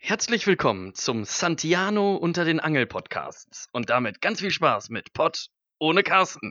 Herzlich willkommen zum Santiano unter den Angel Podcasts und damit ganz viel Spaß mit Pott ohne Carsten.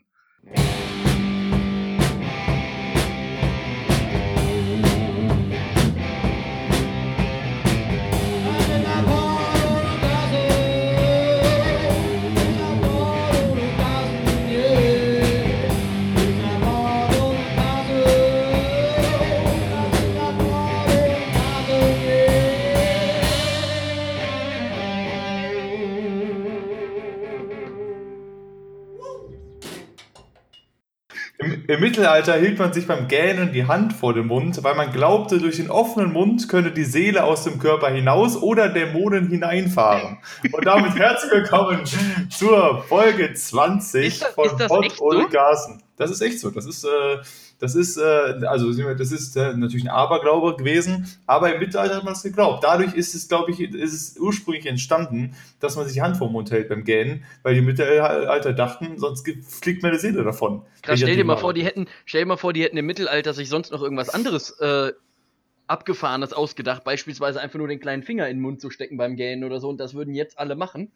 Im Mittelalter hielt man sich beim Gähnen die Hand vor den Mund, weil man glaubte, durch den offenen Mund könne die Seele aus dem Körper hinaus oder Dämonen hineinfahren. Und damit herzlich willkommen zur Folge 20 von Pott ohne Carsten. Das ist echt so. Das ist natürlich ein Aberglaube gewesen, aber im Mittelalter hat man es geglaubt. Dadurch ist es, glaube ich, ursprünglich entstanden, dass man sich die Hand vor den Mund hält beim Gähnen, weil die im Mittelalter dachten, sonst fliegt mir eine Seele davon. Krass, stell dir mal vor, die hätten im Mittelalter sich sonst noch irgendwas anderes Abgefahrenes ausgedacht, beispielsweise einfach nur den kleinen Finger in den Mund zu stecken beim Gähnen oder so, und das würden jetzt alle machen.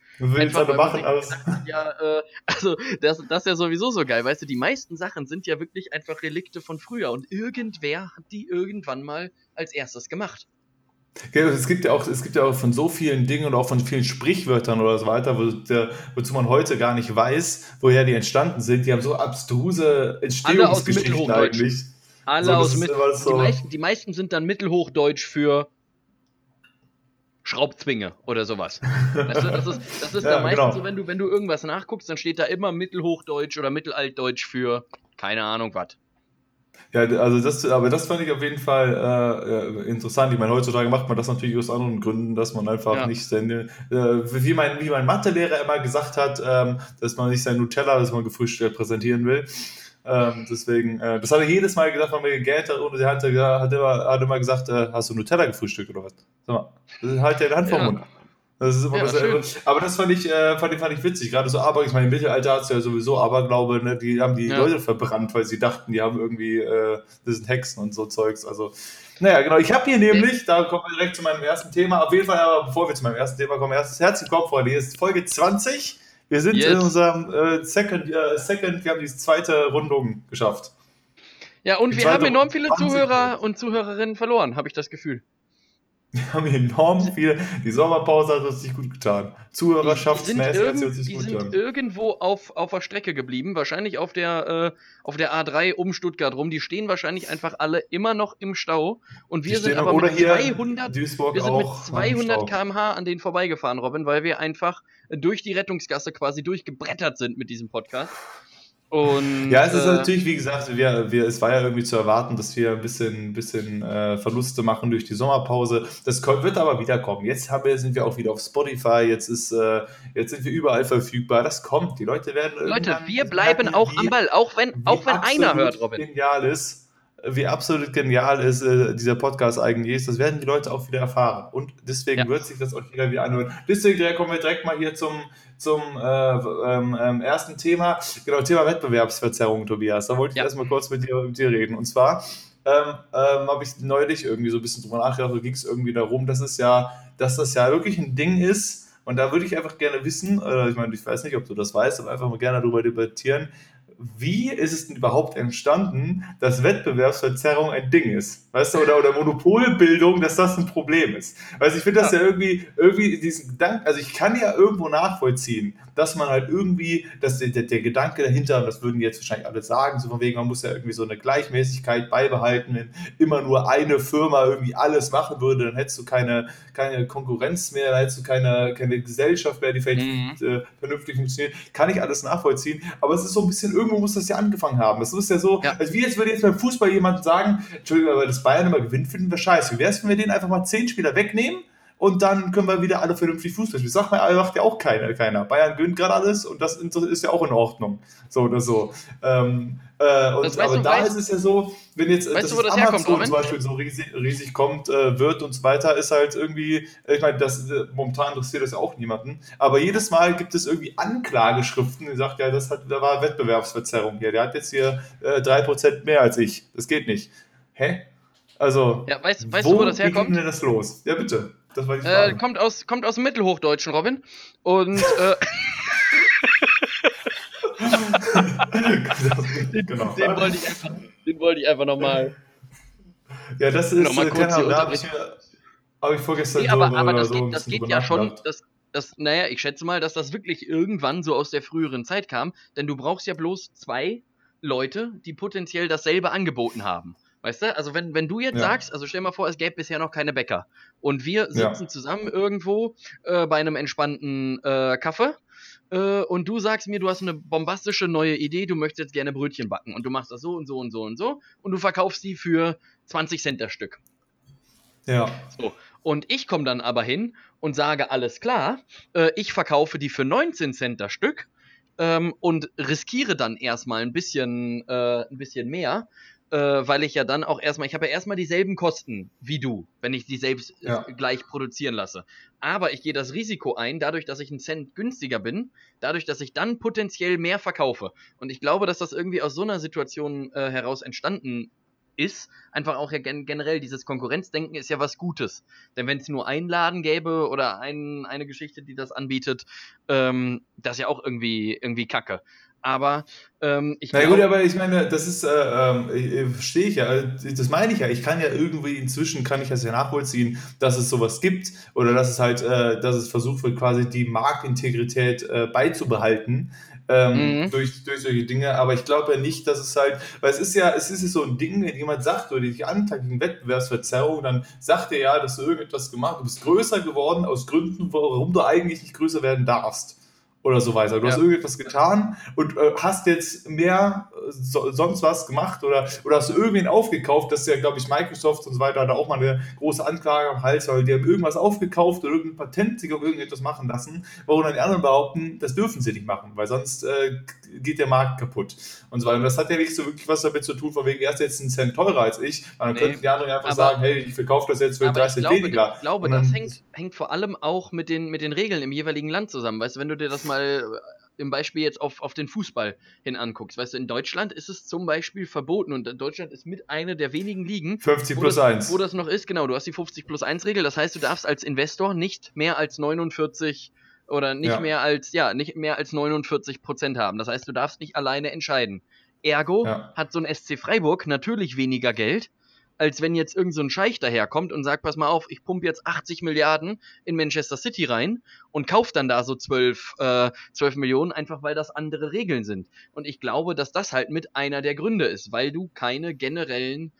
Das ist ja sowieso so geil, weißt du, die meisten Sachen sind ja wirklich einfach Relikte von früher und irgendwer hat die irgendwann mal als erstes gemacht. Es gibt ja auch von so vielen Dingen und auch von vielen Sprichwörtern oder so weiter, wozu man heute gar nicht weiß, woher die entstanden sind. Die haben so abstruse Entstehungsgeschichten eigentlich. Die meisten sind dann Mittelhochdeutsch für Schraubzwinge oder sowas. Weißt du, das ist ja, meistens so, wenn du irgendwas nachguckst, dann steht da immer Mittelhochdeutsch oder Mittelaltdeutsch für keine Ahnung was. Ja, also das fand ich auf jeden Fall interessant. Ich meine, heutzutage macht man das natürlich aus anderen Gründen, dass man einfach nicht wie mein Mathelehrer immer gesagt hat, dass man nicht sein Nutella, das man gefrühstückt präsentieren will. Deswegen, das hat er jedes Mal gesagt, wenn man gegähnt hat, ohne die Hand, hat immer gesagt, hast du Nutella gefrühstückt oder was? Sag mal, das ist halt der Hand vom Mund. Das ist immer aber das fand ich witzig, gerade so ich meine, im Mittelalter hat es ja sowieso Aberglaube, ne? Die haben die Leute verbrannt, weil sie dachten, die haben irgendwie, das sind Hexen und so Zeugs, also, naja, genau, ich habe hier nämlich, da kommen wir direkt zu meinem ersten Thema, auf jeden Fall, aber bevor wir zu meinem ersten Thema kommen, herzlich willkommen, Freunde, hier ist Folge 20, wir sind in unserem Second, wir haben die zweite Rundung geschafft. Ja, und wir haben enorm viele Zuhörer und Zuhörerinnen verloren, habe ich das Gefühl. Wir haben enorm viel. Die Sommerpause hat uns nicht gut getan. Zuhörerschaftsmäßig hat sie uns nicht gut getan. Die sind irgendwo auf der Strecke geblieben, wahrscheinlich auf der A3 um Stuttgart rum. Die stehen wahrscheinlich einfach alle immer noch im Stau. Und wir sind aber mit 200 km/h an denen vorbeigefahren, Robin, weil wir einfach durch die Rettungsgasse quasi durchgebrettert sind mit diesem Podcast. Und, ja, es ist natürlich, wie gesagt, es war ja irgendwie zu erwarten, dass wir ein bisschen Verluste machen durch die Sommerpause. Das wird aber wieder kommen. Jetzt sind wir auch wieder auf Spotify, jetzt sind wir überall verfügbar. Das kommt. Die Leute werden wir bleiben auch am Ball, auch wenn einer hört, Robin. Wie absolut genial ist dieser Podcast eigentlich ist, das werden die Leute auch wieder erfahren. Und deswegen wird sich das auch wieder anhören. Deswegen kommen wir direkt mal hier zum ersten Thema. Genau, Thema Wettbewerbsverzerrung, Tobias. Da wollte ich erstmal kurz mit dir reden. Und zwar habe ich neulich irgendwie so ein bisschen drüber nachgedacht, da ging es irgendwie darum, dass das ja wirklich ein Ding ist. Und da würde ich einfach gerne wissen, ich meine, ich weiß nicht, ob du das weißt, aber einfach mal gerne darüber debattieren, wie ist es denn überhaupt entstanden, dass Wettbewerbsverzerrung ein Ding ist? Weißt du, oder Monopolbildung, dass das ein Problem ist. Weißt du, ich finde das ja irgendwie diesen Gedanken, also ich kann ja irgendwo nachvollziehen, dass man halt irgendwie, dass der Gedanke dahinter, das würden jetzt wahrscheinlich alle sagen, so von wegen, man muss ja irgendwie so eine Gleichmäßigkeit beibehalten, wenn immer nur eine Firma irgendwie alles machen würde, dann hättest du keine Konkurrenz mehr, dann hättest du keine Gesellschaft mehr, die vielleicht vernünftig funktioniert. Kann ich alles nachvollziehen, aber es ist so ein bisschen, irgendwo muss das ja angefangen haben. Das ist ja so, also wie jetzt würde jetzt beim Fußball jemand sagen, Entschuldigung, aber das Bayern immer gewinnt, finden wir scheiße. Wie wäre es, wenn wir denen einfach mal 10 Spieler wegnehmen und dann können wir wieder alle vernünftig Fußball spielen? Sag mal, macht ja auch keiner. Bayern gewinnt gerade alles und das ist ja auch in Ordnung. So oder so. Ist es ja so, wenn jetzt das Amazon zum Beispiel so riesig kommt, wird und so weiter, ist halt irgendwie, ich meine, momentan interessiert das ja auch niemanden, aber jedes Mal gibt es irgendwie Anklageschriften, die sagt, ja, da war Wettbewerbsverzerrung hier, der hat jetzt hier 3% mehr als ich. Das geht nicht. Hä? Also, weißt du, wo das herkommt? Wie ging denn das los? Ja, bitte. Das war die Frage. Kommt aus dem Mittelhochdeutschen, Robin. Und Genau. den wollte ich einfach nochmal. Ja, das ist, Nochmal kurz hier habe ich vorgestern nee, aber das so ein das bisschen geht drüber ja schon, nachgedacht. naja, ich schätze mal, dass das wirklich irgendwann so aus der früheren Zeit kam, denn du brauchst ja bloß 2 Leute, die potenziell dasselbe angeboten haben. Weißt du? Also wenn du jetzt sagst, also stell mal vor, es gäbe bisher noch keine Bäcker und wir sitzen zusammen irgendwo bei einem entspannten Kaffee und du sagst mir, du hast eine bombastische neue Idee, du möchtest jetzt gerne Brötchen backen und du machst das so und so und so und so und du verkaufst die für 20 Cent das Stück. Ja. So. Und ich komme dann aber hin und sage, alles klar, ich verkaufe die für 19 Cent das Stück und riskiere dann erstmal ein bisschen mehr, weil ich ja dann auch ich habe ja erstmal dieselben Kosten wie du, wenn ich die selbst gleich produzieren lasse. Aber ich gehe das Risiko ein, dadurch, dass ich einen Cent günstiger bin, dadurch, dass ich dann potenziell mehr verkaufe. Und ich glaube, dass das irgendwie aus so einer Situation heraus entstanden ist, einfach auch ja generell dieses Konkurrenzdenken ist ja was Gutes. Denn wenn es nur einen Laden gäbe oder eine Geschichte, die das anbietet, das ist ja auch irgendwie kacke. Aber ich glaube... Na gut, aber ich meine, das ist, verstehe ich ja, das meine ich ja, ich kann ja irgendwie inzwischen, kann ich das ja nachvollziehen, dass es sowas gibt oder dass es halt, dass es versucht wird, quasi die Marktintegrität beizubehalten, durch solche Dinge, aber ich glaube ja nicht, dass es halt, weil es ist ja so ein Ding, wenn jemand sagt oder dich anklagt gegen Wettbewerbsverzerrung, dann sagt er ja, dass du irgendetwas gemacht hast, du bist größer geworden aus Gründen, warum du eigentlich nicht größer werden darfst. Oder so weiter. Du hast irgendetwas getan und hast jetzt mehr sonst was gemacht oder hast du irgendwen aufgekauft, das ist ja, glaube ich, Microsoft und so weiter, hat auch mal eine große Anklage am Hals, weil die haben irgendwas aufgekauft oder irgendein Patent sich auf irgendetwas machen lassen, warum dann die anderen behaupten, das dürfen sie nicht machen, weil sonst geht der Markt kaputt und so weiter. Und das hat ja nicht so wirklich was damit zu tun, von wegen erst jetzt einen Cent teurer als ich, weil dann könnten die anderen einfach sagen, hey, ich verkaufe das jetzt für 30 Cent weniger. Ich glaube, das hängt vor allem auch mit den Regeln im jeweiligen Land zusammen. Weißt du, wenn du dir das mal im Beispiel jetzt auf den Fußball hin anguckst, weißt du, in Deutschland ist es zum Beispiel verboten und Deutschland ist mit einer der wenigen Ligen, 50+1. Wo das noch ist, genau, du hast die 50+1-Regel, das heißt, du darfst als Investor nicht mehr als 49 oder nicht mehr als 49% haben. Das heißt, du darfst nicht alleine entscheiden. Ergo hat so ein SC Freiburg natürlich weniger Geld, als wenn jetzt irgend so ein Scheich daherkommt und sagt, pass mal auf, ich pumpe jetzt 80 Milliarden in Manchester City rein und kaufe dann da so 12 Millionen, einfach weil das andere Regeln sind. Und ich glaube, dass das halt mit einer der Gründe ist, weil du keine generellen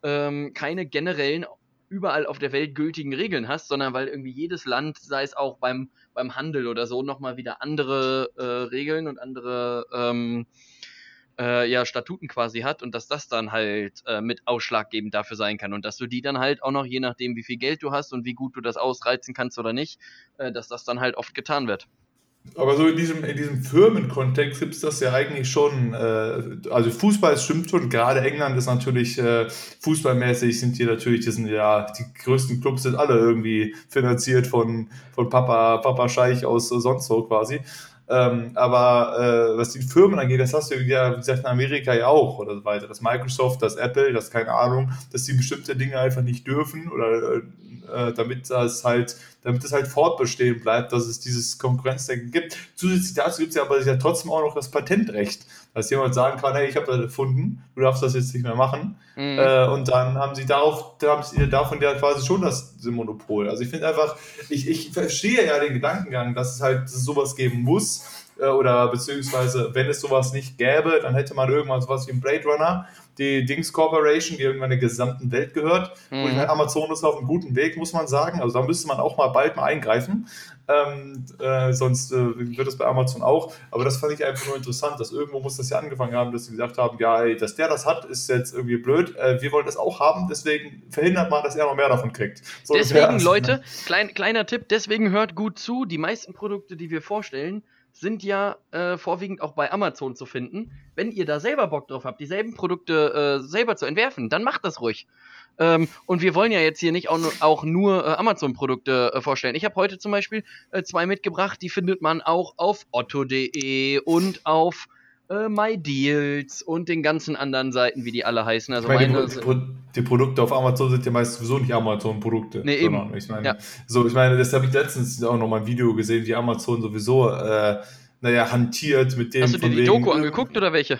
überall auf der Welt gültigen Regeln hast, sondern weil irgendwie jedes Land, sei es auch beim Handel oder so, nochmal wieder andere Regeln und andere Statuten quasi hat und dass das dann halt mit ausschlaggebend dafür sein kann und dass du die dann halt auch noch, je nachdem wie viel Geld du hast und wie gut du das ausreizen kannst oder nicht, dass das dann halt oft getan wird. Aber so in diesem Firmenkontext gibt es das ja eigentlich schon, also Fußball, es stimmt schon, gerade England ist natürlich, fußballmäßig sind die größten Clubs sind alle irgendwie finanziert von Papa Scheich aus sonst so quasi. Aber was die Firmen angeht, das hast du ja, wie gesagt, in Amerika ja auch oder so weiter. Das Microsoft, das Apple, das keine Ahnung, dass die bestimmte Dinge einfach nicht dürfen oder damit es halt fortbestehen bleibt, dass es dieses Konkurrenzdenken gibt. Zusätzlich dazu gibt es ja aber trotzdem auch noch das Patentrecht, dass jemand sagen kann, hey, ich habe das erfunden, du darfst das jetzt nicht mehr machen. Und dann haben sie davon ja quasi schon das Monopol. Also ich finde einfach, ich verstehe ja den Gedankengang, dass es sowas geben muss, oder beziehungsweise, wenn es sowas nicht gäbe, dann hätte man irgendwann sowas wie ein Blade Runner, die Dings Corporation, die irgendwann der gesamten Welt gehört. Und ich meine, Amazon ist auf einem guten Weg, muss man sagen. Also da müsste man auch bald mal eingreifen. Sonst wird es bei Amazon auch. Aber das fand ich einfach nur interessant, dass irgendwo muss das ja angefangen haben, dass sie gesagt haben, ja, ey, dass der das hat, ist jetzt irgendwie blöd. Wir wollen das auch haben, deswegen verhindert man, dass er noch mehr davon kriegt. So deswegen, Leute, kleiner Tipp, deswegen hört gut zu. Die meisten Produkte, die wir vorstellen, sind ja vorwiegend auch bei Amazon zu finden. Wenn ihr da selber Bock drauf habt, dieselben Produkte selber zu entwerfen, dann macht das ruhig. Und wir wollen ja jetzt hier nicht auch nur Amazon-Produkte vorstellen. Ich habe heute zum Beispiel 2 mitgebracht, die findet man auch auf otto.de und auf MyDeals und den ganzen anderen Seiten, wie die alle heißen. Also Ich meine, meine, die Produkte auf Amazon sind ja meist sowieso nicht Amazon-Produkte, nee, eben. sondern ich meine, Ja. das habe ich letztens auch noch mal ein Video gesehen, wie Amazon sowieso, hantiert mit Hast dem du dir von die wegen. Doku angeguckt oder welche?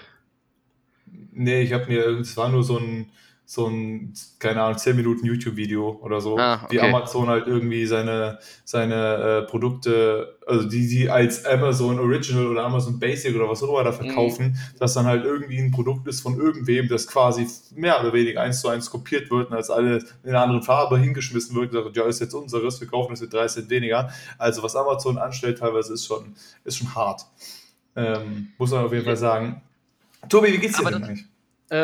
Nee, es war nur keine Ahnung, 10 Minuten YouTube-Video oder so, Ah, wie okay. Amazon halt irgendwie seine Produkte, also die als Amazon Original oder Amazon Basic oder was auch immer da Mhm. verkaufen, dass dann halt irgendwie ein Produkt ist von irgendwem, das quasi mehr oder weniger 1:1 kopiert wird und als alle in einer anderen Farbe hingeschmissen wird und sagt, ja, ist jetzt unseres, wir kaufen das für 3 Cent weniger. Also was Amazon anstellt teilweise ist schon hart. Muss man auf jeden Ja, Fall sagen. Tobi, wie geht's dir aber denn das, eigentlich?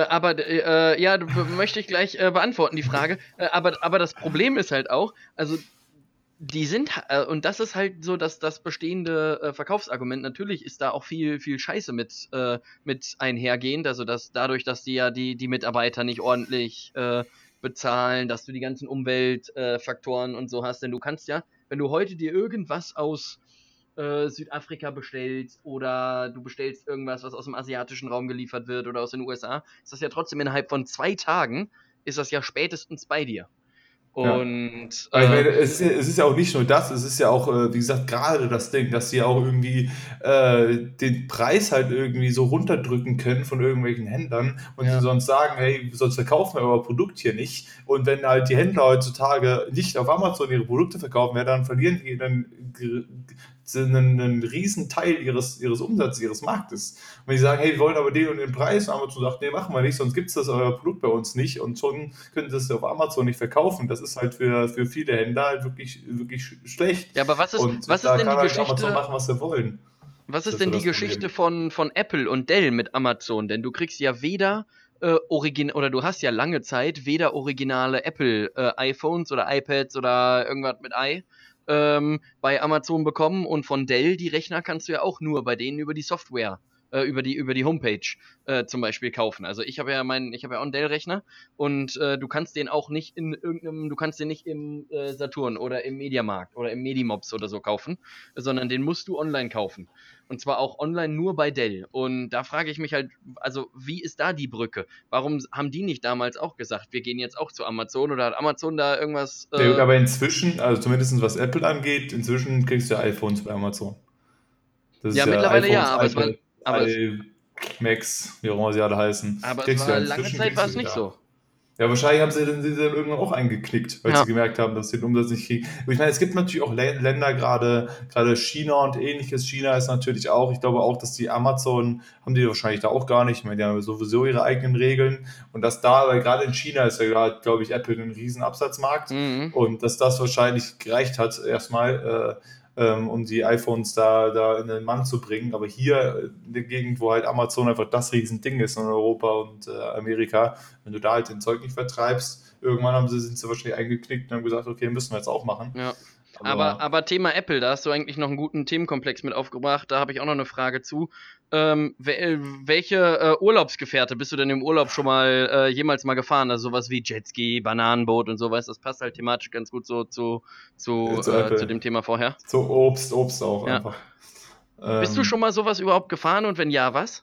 ja, möchte ich gleich beantworten, die Frage. Aber das Problem ist halt auch, also die sind, und das ist halt so, dass das bestehende Verkaufsargument, natürlich ist da auch viel Scheiße mit einhergehend, also dass dadurch, dass die ja die Mitarbeiter nicht ordentlich bezahlen, dass du die ganzen Umweltfaktoren und so hast, denn du kannst ja, wenn du heute dir irgendwas aus Südafrika bestellst oder du bestellst irgendwas, was aus dem asiatischen Raum geliefert wird oder aus den USA, ist das ja trotzdem innerhalb von 2 Tagen, ist das ja spätestens bei dir. Ja. Und Aber ich meine, es ist ja auch nicht nur das, es ist ja auch, wie gesagt, gerade das Ding, dass sie auch irgendwie den Preis halt irgendwie so runterdrücken können von irgendwelchen Händlern und die ja. sonst sagen, hey, sonst verkaufen wir euer Produkt hier nicht. Und wenn halt die Händler heutzutage nicht auf Amazon ihre Produkte verkaufen, ja, dann verlieren die dann einen riesen Teil ihres Umsatzes, ihres Marktes. Und die sagen, hey, wir wollen aber den und den Preis, und Amazon sagt, nee, machen wir nicht, sonst gibt es das euer Produkt bei uns nicht und schon können sie es auf Amazon nicht verkaufen. Das ist halt für viele Händler halt wirklich, wirklich schlecht. Ja, aber Und was ist da denn kann die halt Amazon Geschichte, machen, was sie wollen. was Das ist ist so denn die das Geschichte Problem. von Apple und Dell mit Amazon? Denn du kriegst ja weder oder du hast ja lange Zeit weder originale Apple iPhones oder iPads oder irgendwas mit i bei Amazon bekommen und von Dell die Rechner kannst du ja auch nur bei denen über die Software, über die Homepage zum Beispiel kaufen. Also ich habe ja auch einen Dell-Rechner und du kannst den nicht im Saturn oder im Mediamarkt oder im Medimops oder so kaufen, sondern den musst du online kaufen. Und zwar auch online nur bei Dell. Und da frage ich mich halt, also wie ist da die Brücke? Warum haben die nicht damals auch gesagt, wir gehen jetzt auch zu Amazon oder hat Amazon da irgendwas? Ja gut, aber inzwischen, also zumindest was Apple angeht, inzwischen kriegst du ja iPhones bei Amazon. Das ist Ja, ja mittlerweile ja, iPhones, iPads, aber es, iMacs, wie auch immer sie alle heißen. aber es Kriegst du ja war lange inzwischen, Zeit kriegst war du es sie nicht da. so. Ja, wahrscheinlich haben sie dann irgendwann auch eingeknickt, weil sie Ja. gemerkt haben, dass sie den Umsatz nicht kriegen. Und ich meine, es gibt natürlich auch Länder, gerade China und ähnliches. China ist natürlich auch, ich glaube auch, dass die Amazon, haben die wahrscheinlich da auch gar nicht. Ich meine, die haben sowieso ihre eigenen Regeln. Und dass da, weil gerade in China ist ja gerade, glaube ich, Apple ein riesen Absatzmarkt. Mhm. Und dass das wahrscheinlich gereicht hat, erstmal, um die iPhones da in den Mann zu bringen. Aber hier in der Gegend, wo halt Amazon einfach das Riesending ist in Europa und Amerika, wenn du da halt den Zeug nicht vertreibst, irgendwann sind sie wahrscheinlich eingeknickt und haben gesagt, okay, müssen wir jetzt auch machen. Ja. Aber Aber Thema Apple, da hast du eigentlich noch einen guten Themenkomplex mit aufgebracht. Da habe ich auch noch eine Frage zu. Welche Urlaubsgefährte bist du denn im Urlaub schon mal jemals mal gefahren? Also sowas wie Jetski, Bananenboot und sowas. Das passt halt thematisch ganz gut so zu zu Apple, dem Thema vorher. so Obst auch Ja. einfach. Bist du schon Ähm, mal sowas überhaupt gefahren und wenn ja, was?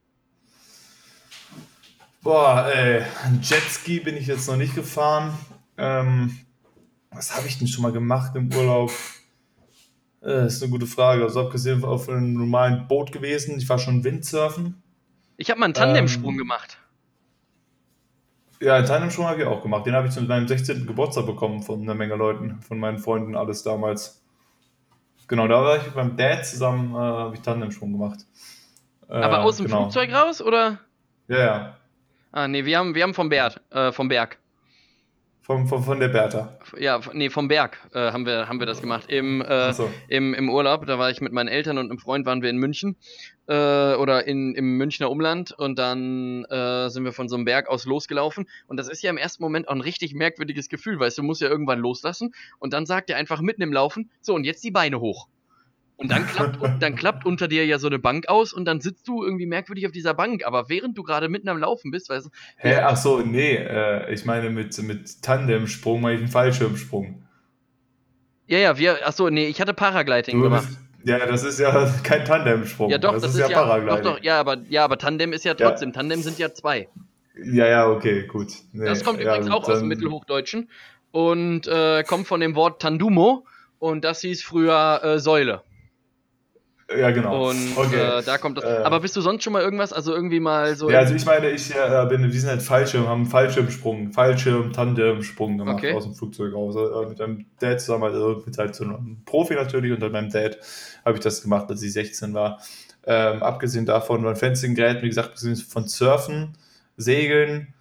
ein Jetski bin ich jetzt noch nicht gefahren. Was habe ich denn schon mal gemacht im Urlaub? Ist eine gute Frage. Also abgesehen auf einem normalen Boot gewesen. Ich war schon Windsurfen. Ich habe mal einen Tandemsprung Ähm, gemacht. ja, einen Tandemsprung habe ich auch gemacht. Den habe ich zu meinem 16. Geburtstag bekommen von einer Menge Leuten, von meinen Freunden, alles damals. Genau, da war ich mit meinem Dad zusammen, habe ich Tandemsprung gemacht. Aber aus dem Genau. Flugzeug raus oder? Ja, ja. Ah, nee, wir haben vom Berg. Von der Bertha. Ja, nee, vom Berg haben wir das gemacht. Achso. Im Urlaub, da war ich mit meinen Eltern und einem Freund, waren wir in München oder im Münchner Umland und dann sind wir von so einem Berg aus losgelaufen und das ist ja im ersten Moment auch ein richtig merkwürdiges Gefühl, weißt du, musst ja irgendwann loslassen und dann sagt er einfach mitten im Laufen, so und jetzt die Beine hoch. Und dann klappt unter dir ja so eine Bank aus und dann sitzt du irgendwie merkwürdig auf dieser Bank, aber während du gerade mitten am Laufen bist, weißt du, Hä? Ach so, nee. Ich meine mit Tandemsprung meine ich einen Fallschirmsprung. ja, ach so, nee, ich hatte Paragliding Du bist, gemacht. Ja, das ist ja kein Tandemsprung. Ja, doch, Das das ist ist ja ja, doch, Paragliding. doch, ja, aber Tandem ist ja Ja, trotzdem, Tandem sind ja zwei. ja, ja, okay, gut. Das Nee, kommt ja, übrigens gut, auch aus dem dann. Mittelhochdeutschen und kommt von dem Wort Tandumo und das hieß früher Säule. Ja, genau. Und Okay. da kommt das. Aber bist du sonst schon mal irgendwas, also irgendwie mal so Ja, also im. ich meine, wir sind halt haben Fallschirmsprung, Tandemsprung gemacht Okay. aus dem Flugzeug raus. Mit meinem Dad zusammen, also mit halt so einem Profi natürlich und dann meinem Dad habe ich das gemacht, als ich 16 war. Abgesehen davon waren Fencing-Geräten, wie gesagt, abgesehen von Surfen, Segeln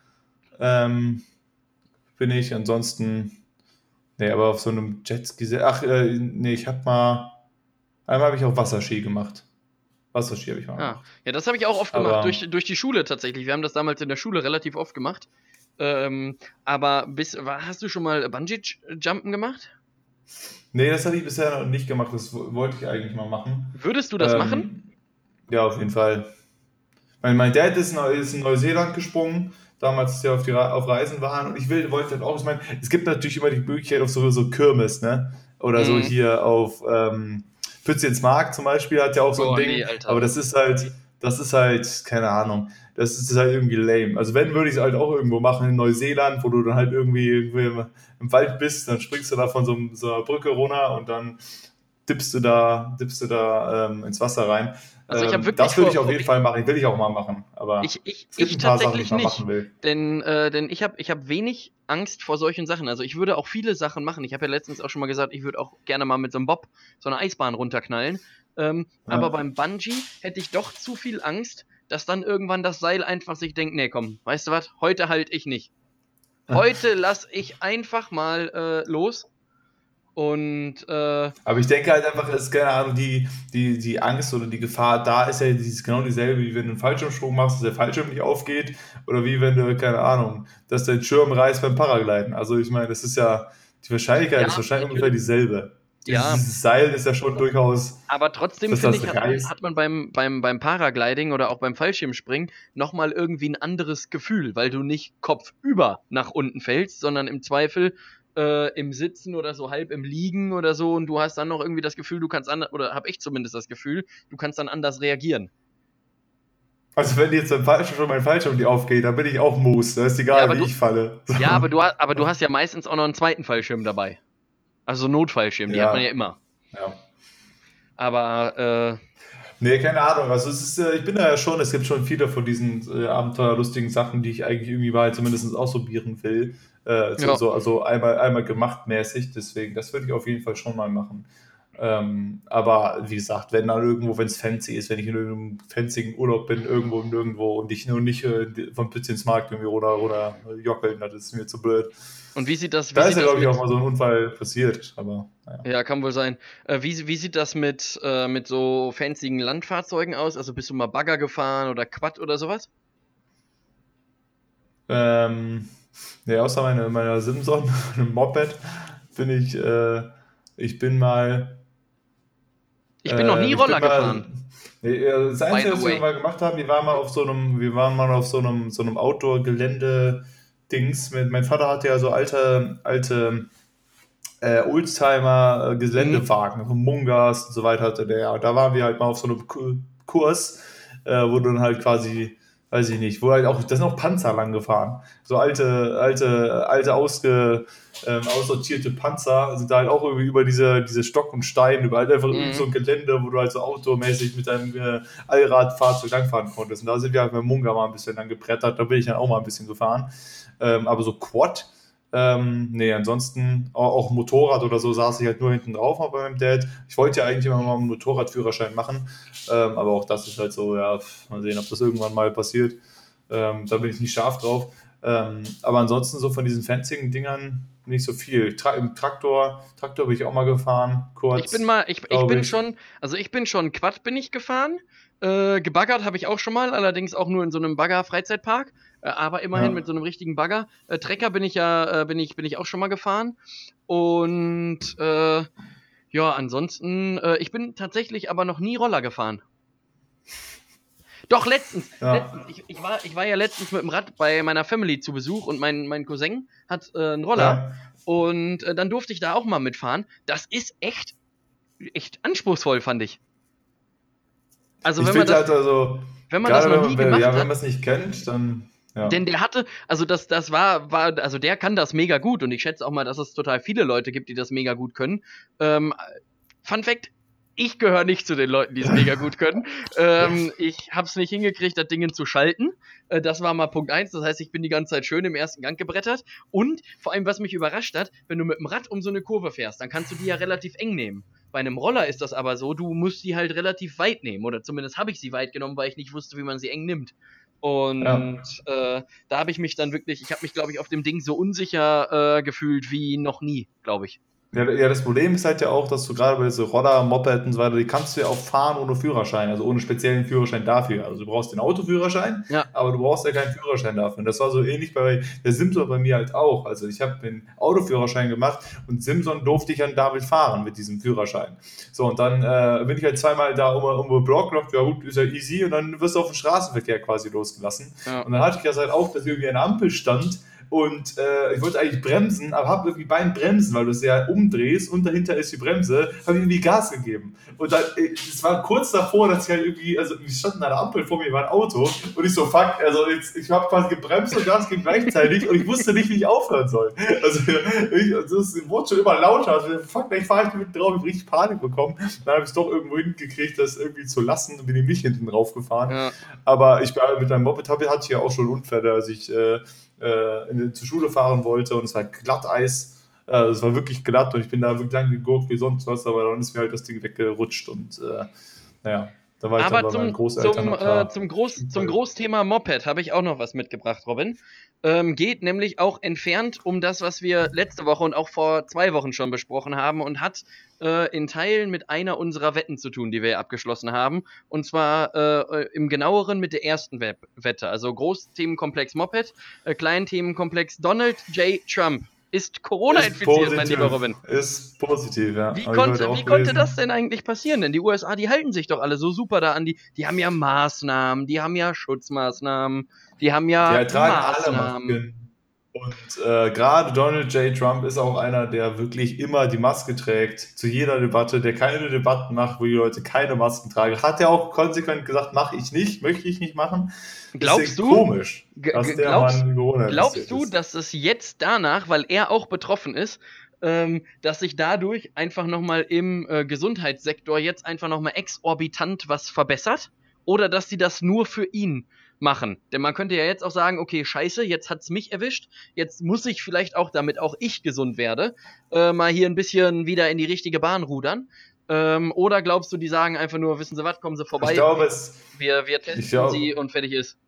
bin ich. Ansonsten, nee, aber auf so einem Jetski, nee, einmal habe ich auch Wasserski gemacht. Wasserski habe ich mal Ah, gemacht. ja, das habe ich auch oft gemacht, Aber durch die Schule tatsächlich. Wir haben das damals in der Schule relativ oft gemacht. Aber hast du schon mal Bungee-Jumpen gemacht? nee, das hatte ich bisher noch nicht gemacht. Das wollte ich eigentlich mal machen. Würdest du das machen? Ähm, ja, auf jeden Fall. Mein Dad ist in Neuseeland gesprungen, damals, als wir auf Reisen waren. Und wollte dann auch, ich meine, es gibt natürlich immer die Möglichkeit auf so Kirmes, ne? Oder so Mhm. hier auf Pützchensmarkt zum Beispiel hat ja auch so ein Oh, Ding. nee, Alter. Aber das ist halt, keine Ahnung. Das ist halt irgendwie lame. Also wenn, würde ich es halt auch irgendwo machen in Neuseeland, wo du dann halt irgendwie im Wald bist, dann springst du da von so einer Brücke runter und dann dippst du da ins Wasser rein. Also ich habe wirklich Das würde ich auf jeden Fall machen, will ich auch mal machen. Aber es gibt ich ein paar Sachen, die ich tatsächlich mal nicht. machen will. Denn ich hab wenig Angst vor solchen Sachen. Also ich würde auch viele Sachen machen. Ich habe ja letztens auch schon mal gesagt, ich würde auch gerne mal mit so einem Bob so eine Eisbahn runterknallen. Aber Ja. beim Bungee hätte ich doch zu viel Angst, dass dann irgendwann das Seil einfach sich denkt, nee, komm, weißt du was, heute halt ich nicht. Heute lass ich einfach mal los und Aber ich denke halt einfach, es ist keine Ahnung, die Angst oder die Gefahr da ist ja genau dieselbe, wie wenn du einen Fallschirmsprung machst, dass der Fallschirm nicht aufgeht. Oder wie wenn du, keine Ahnung, dass dein Schirm reißt beim Paragliden. Also ich meine, das ist ja, die Wahrscheinlichkeit ist ja, wahrscheinlich ungefähr natürlich. dieselbe. Ja, Dieses Seil ist ja schon durchaus, aber trotzdem dass finde das ich, reißt. hat man beim Paragliding oder auch beim Fallschirmspringen nochmal irgendwie ein anderes Gefühl, weil du nicht kopfüber nach unten fällst, sondern im Zweifel im Sitzen oder so halb im Liegen oder so und du hast dann noch irgendwie das Gefühl, du kannst anders, oder habe ich zumindest das Gefühl, du kannst dann anders reagieren. Also wenn jetzt mein Fallschirm nicht aufgeht, dann bin ich auch Moos. Da ist Ja, egal, wie ich falle. So. aber du hast ja meistens auch noch einen zweiten Fallschirm dabei. Also Notfallschirm, die hat man ja Ja, immer. ja. Aber Nee, keine Ahnung. Also ich bin da ja schon, es gibt schon viele von diesen abenteuerlustigen Sachen, die ich eigentlich irgendwie mal zumindest ausprobieren will. ja. Also einmal gemacht mäßig. Deswegen, das würde ich auf jeden Fall schon mal machen. Aber wie gesagt, wenn es fancy ist, wenn ich in irgendeinem fancy Urlaub bin, irgendwo und nirgendwo und ich nur nicht vom Pützchensmarkt irgendwie oder jockeln, das ist mir zu blöd. Und wie Da ist sieht ja, das glaube ich, auch mit. mal so ein Unfall passiert. Aber naja. Ja, kann wohl sein. Wie sieht das mit so fancy Landfahrzeugen aus? Also bist du mal Bagger gefahren oder Quad oder sowas? Ähm, ja, außer meiner Simson, einem Moped, bin ich, ich bin mal, Ich bin noch nie ich bin Roller mal, gefahren, nee, das by Einzige, the was wir way. mal gemacht haben, wir waren mal auf so einem Outdoor-Gelände-Dings. Mein Vater hatte ja so alte Oldtimer Mhm. Geländewagen, so Mungas und so weiter hatte der. Und da waren wir halt mal auf so einem Kurs, wo du dann halt quasi, weiß ich nicht, wo halt auch, da sind auch Panzer lang gefahren. So alte aussortierte Panzer sind da halt auch irgendwie über diese Stock und Stein, über halt einfach irgend so Mhm. ein Gelände, wo du halt so outdoormäßig mit deinem Allradfahrzeug langfahren konntest. Und da sind wir halt mit dem Munga mal ein bisschen lang gebrettert, da bin ich dann auch mal ein bisschen gefahren. Aber so Quad, nee, ansonsten auch Motorrad oder so saß ich halt nur hinten drauf mal bei meinem Dad. Ich wollte ja eigentlich immer mal einen Motorradführerschein machen, aber auch das ist halt so, ja, mal sehen, ob das irgendwann mal passiert. Da bin ich nicht scharf drauf. Aber ansonsten so von diesen fanzigen Dingern nicht so viel. Im Traktor bin ich auch mal gefahren, kurz, Ich glaube bin ich. schon, also ich bin schon Quad bin ich gefahren. Gebaggert habe ich auch schon mal, allerdings auch nur in so einem Bagger-Freizeitpark, aber immerhin Ja. mit so einem richtigen Bagger. Trecker bin ich auch schon mal gefahren. Und ja, ansonsten, ich bin tatsächlich aber noch nie Roller gefahren. Doch, Ja. ich war ja letztens mit dem Rad bei meiner Family zu Besuch und mein Cousin hat einen Roller Ja. und dann durfte ich da auch mal mitfahren. Das ist echt echt anspruchsvoll, fand ich. Also, Ich wenn man finde das, halt also, wenn man das gerade noch nie gemacht wenn hat, man es nicht kennt, dann, denn ja. der hatte, also das war, also der kann das mega gut und ich schätze auch mal, dass es total viele Leute gibt, die das mega gut können. Ähm, Fun Fact, ich gehöre nicht zu den Leuten, die es mega gut können. Ich habe es nicht hingekriegt, das Ding zu schalten. Das war mal Punkt eins. Das heißt, ich bin die ganze Zeit schön im ersten Gang gebrettert. Und vor allem, was mich überrascht hat, wenn du mit dem Rad um so eine Kurve fährst, dann kannst du die ja relativ eng nehmen. Bei einem Roller ist das aber so, du musst die halt relativ weit nehmen. Oder zumindest habe ich sie weit genommen, weil ich nicht wusste, wie man sie eng nimmt. Und Ja. da habe ich mich dann wirklich, ich habe mich, glaube ich, auf dem Ding so unsicher gefühlt wie noch nie, glaube ich. Ja, das Problem ist halt ja auch, dass du gerade bei so Roller, Moped und so weiter, die kannst du ja auch fahren ohne Führerschein, also ohne speziellen Führerschein dafür. Also du brauchst den Autoführerschein, Ja, aber du brauchst ja keinen Führerschein dafür. Und das war so ähnlich bei der Simson bei mir halt auch. Also ich habe den Autoführerschein gemacht und Simson durfte ich dann damit fahren mit diesem Führerschein. So, und dann bin ich halt zweimal da um den Block gedacht, ja gut, ist ja easy und dann wirst du auf den Straßenverkehr quasi losgelassen. ja. Und dann hatte ich das halt auch, dass irgendwie eine Ampel stand und ich wollte eigentlich bremsen, aber habe irgendwie beim Bremsen, weil du es ja umdrehst und dahinter ist die Bremse, habe ich irgendwie Gas gegeben. Und dann, es war kurz davor, dass ich halt irgendwie, also ich stand an einer Ampel, vor mir war ein Auto und ich so, fuck, also ich habe quasi gebremst und Gas gegeben gleichzeitig und ich wusste nicht, wie ich aufhören soll. Also das wurde schon immer lauter, also fuck, ich fahre ich mit drauf, ich habe richtig Panik bekommen. Dann habe ich es doch irgendwo hingekriegt, das irgendwie zu lassen und bin ihm nicht hinten drauf gefahren. Ja. Aber ich war mit meinem Moped, hatte ich ja auch schon Unfälle, als ich zur Schule fahren wollte und es war Glatteis. Es war wirklich glatt und ich bin da wirklich lang gegurkt wie sonst was, aber dann ist mir halt das Ding weggerutscht und naja, da war ich dann Aber bei meinen Großeltern ein paar. zum Großthema Moped habe ich auch noch was mitgebracht, Robin. Geht nämlich auch entfernt um das, was wir letzte Woche und auch vor 2 Wochen schon besprochen haben und hat in Teilen mit einer unserer Wetten zu tun, die wir abgeschlossen haben. Und zwar im genaueren mit der ersten Wette. Also Großthemenkomplex Moped, Kleinthemenkomplex Donald J. Trump. Ist Corona Ist infiziert, mein lieber positiv. Robin? Ist positiv, ja. Wie Habe ich heute wie auch konnte das gelesen. denn eigentlich passieren? Denn die USA, die halten sich doch alle so super da an die haben ja Maßnahmen, die haben ja Schutzmaßnahmen, die haben ja Ja, tragen alle Maßnahmen. Masken. Und gerade Donald J. Trump ist auch einer, der wirklich immer die Maske trägt, zu jeder Debatte, der keine Debatten macht, wo die Leute keine Masken tragen. Hat er auch konsequent gesagt, mache ich nicht, möchte ich nicht machen. Glaubst Deswegen du, komisch, dass der Mann Corona glaubst infiziert du, ist. dass es jetzt danach, weil er auch betroffen ist, dass sich dadurch einfach nochmal im Gesundheitssektor jetzt einfach nochmal exorbitant was verbessert? Oder dass sie das nur für ihn machen? Denn man könnte ja jetzt auch sagen, okay, scheiße, jetzt hat's mich erwischt, jetzt muss ich vielleicht auch, damit auch ich gesund werde, mal hier ein bisschen wieder in die richtige Bahn rudern. Oder glaubst du, die sagen einfach nur, wissen Sie was, kommen Sie Ich vorbei, glaube, es, wir ich testen glaube, Sie und fertig ist.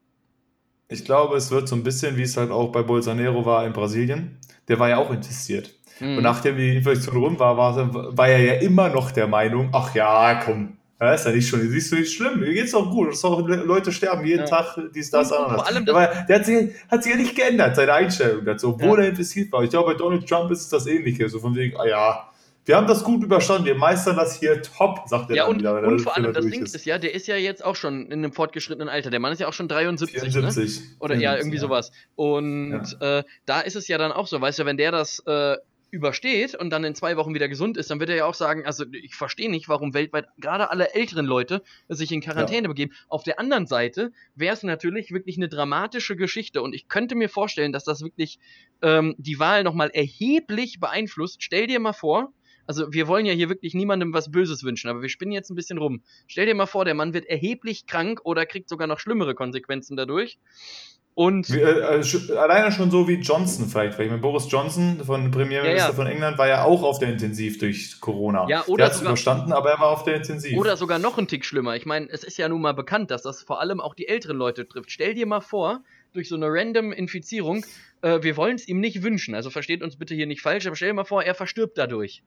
Ich glaube, es wird so ein bisschen, wie es halt auch bei Bolsonaro war in Brasilien. Der war ja auch infiziert. Und Mhm. nachdem die Infektion rum war er ja immer noch der Meinung, ach ja, komm, ja, ist ja nicht schon, siehst du nicht schlimm, mir geht's doch gut. Das ist doch, Leute sterben jeden Ja. Tag, dies, das, Und vor anderes. allem das, Der hat sich ja nicht geändert, seine Einstellung dazu, ja, obwohl er infiziert war. Ich glaube, bei Donald Trump ist es das Ähnliche. So von wegen, ah ja, wir haben das gut überstanden, wir meistern das hier top, sagt er ja dann wieder, und wenn vor er allem das durch Ding ist. ist ja, der ist ja jetzt auch schon in einem fortgeschrittenen Alter. Der Mann ist ja auch schon 73, ne? 74, Oder ja, 74, irgendwie ja. sowas. Und Ja. da ist es ja dann auch so, weißt du, wenn der das übersteht und dann in 2 Wochen wieder gesund ist, dann wird er ja auch sagen, also ich verstehe nicht, warum weltweit gerade alle älteren Leute sich in Ja. Quarantäne begeben. Auf der anderen Seite wäre es natürlich wirklich eine dramatische Geschichte und ich könnte mir vorstellen, dass das wirklich die Wahl nochmal erheblich beeinflusst. Stell dir mal vor, also wir wollen ja hier wirklich niemandem was Böses wünschen, aber wir spinnen jetzt ein bisschen rum. Stell dir mal vor, der Mann wird erheblich krank oder kriegt sogar noch schlimmere Konsequenzen dadurch. Und Alleine schon so wie Johnson vielleicht. Weil ich meine, Boris Johnson, von ja, Premierminister ja, von England, war ja auch auf der Intensiv durch Corona. ja, Der hat es überstanden, aber er war auf der Intensiv. oder sogar noch ein Tick schlimmer. Ich meine, es ist ja nun mal bekannt, dass das vor allem auch die älteren Leute trifft. Stell dir mal vor, durch so eine random Infizierung, wir wollen es ihm nicht wünschen, also versteht uns bitte hier nicht falsch, aber stell dir mal vor, er verstirbt dadurch.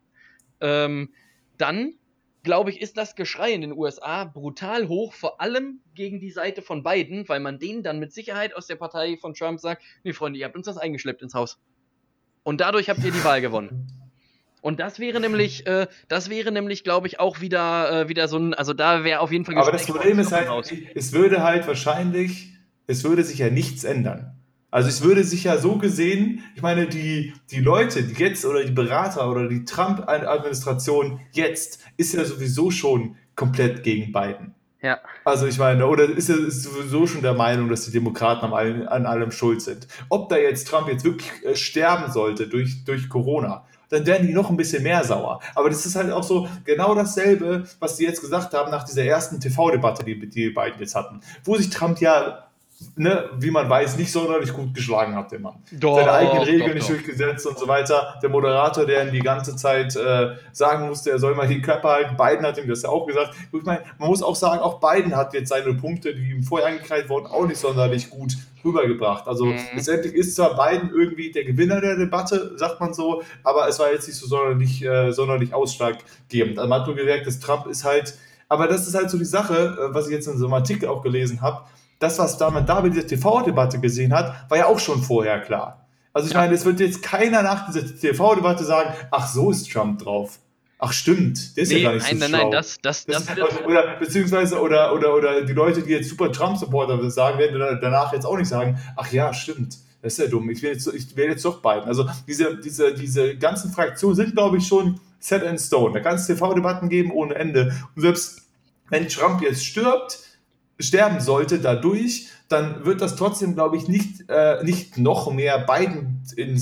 Dann, glaube ich, ist das Geschrei in den USA brutal hoch, vor allem gegen die Seite von Biden, weil man denen dann mit Sicherheit aus der Partei von Trump sagt, nee, Freunde, ihr habt uns das eingeschleppt ins Haus. Und dadurch habt ihr die Wahl gewonnen. Und das wäre nämlich, glaube ich, auch wieder so ein, also da wäre auf jeden Fall Aber das Gespräch bei uns Problem ist noch im halt, Haus. es würde sich ja nichts ändern. Also es würde sich ja so gesehen, ich meine, die Leute, die jetzt oder die Berater oder die Trump-Administration jetzt ist ja sowieso schon komplett gegen Biden. Ja. Also ich meine, oder ist sowieso schon der Meinung, dass die Demokraten an allem schuld sind. Ob da jetzt Trump jetzt wirklich sterben sollte durch Corona, dann werden die noch ein bisschen mehr sauer. Aber das ist halt auch so genau dasselbe, was die jetzt gesagt haben nach dieser ersten TV-Debatte, die beiden jetzt hatten, wo sich Trump ja, ne, wie man weiß, nicht sonderlich gut geschlagen hat, der Mann. Seine eigenen Regeln nicht durchgesetzt und so weiter. Der Moderator, der ihn die ganze Zeit sagen musste, er soll mal die Klappe halten. Biden hat ihm das ja auch gesagt. Ich meine, man muss auch sagen, auch Biden hat jetzt seine Punkte, die ihm vorher angekreidet wurden, auch nicht sonderlich gut rübergebracht. Also letztendlich ist zwar Biden irgendwie der Gewinner der Debatte, sagt man so, aber es war jetzt nicht so sonderlich ausschlaggebend. Also man hat nur gemerkt, dass Trump ist halt, aber das ist halt so die Sache, was ich jetzt in so einem Artikel auch gelesen habe, das, was man da bei dieser TV-Debatte gesehen hat, war ja auch schon vorher klar. Also ich meine, es wird jetzt keiner nach dieser TV-Debatte sagen, ach, so ist Trump drauf. Ach stimmt, der ist ja gar nicht so schlau. Nein, das oder beziehungsweise oder die Leute, die jetzt super Trump-Supporter sagen, werden danach jetzt auch nicht sagen, ach ja, stimmt, das ist ja dumm, ich wähle jetzt doch Biden. Also diese ganzen Fraktionen sind, glaube ich, schon set in stone. Da kann es TV-Debatten geben ohne Ende. Und selbst wenn Trump jetzt sterben sollte dadurch, dann wird das trotzdem, glaube ich, nicht noch mehr Biden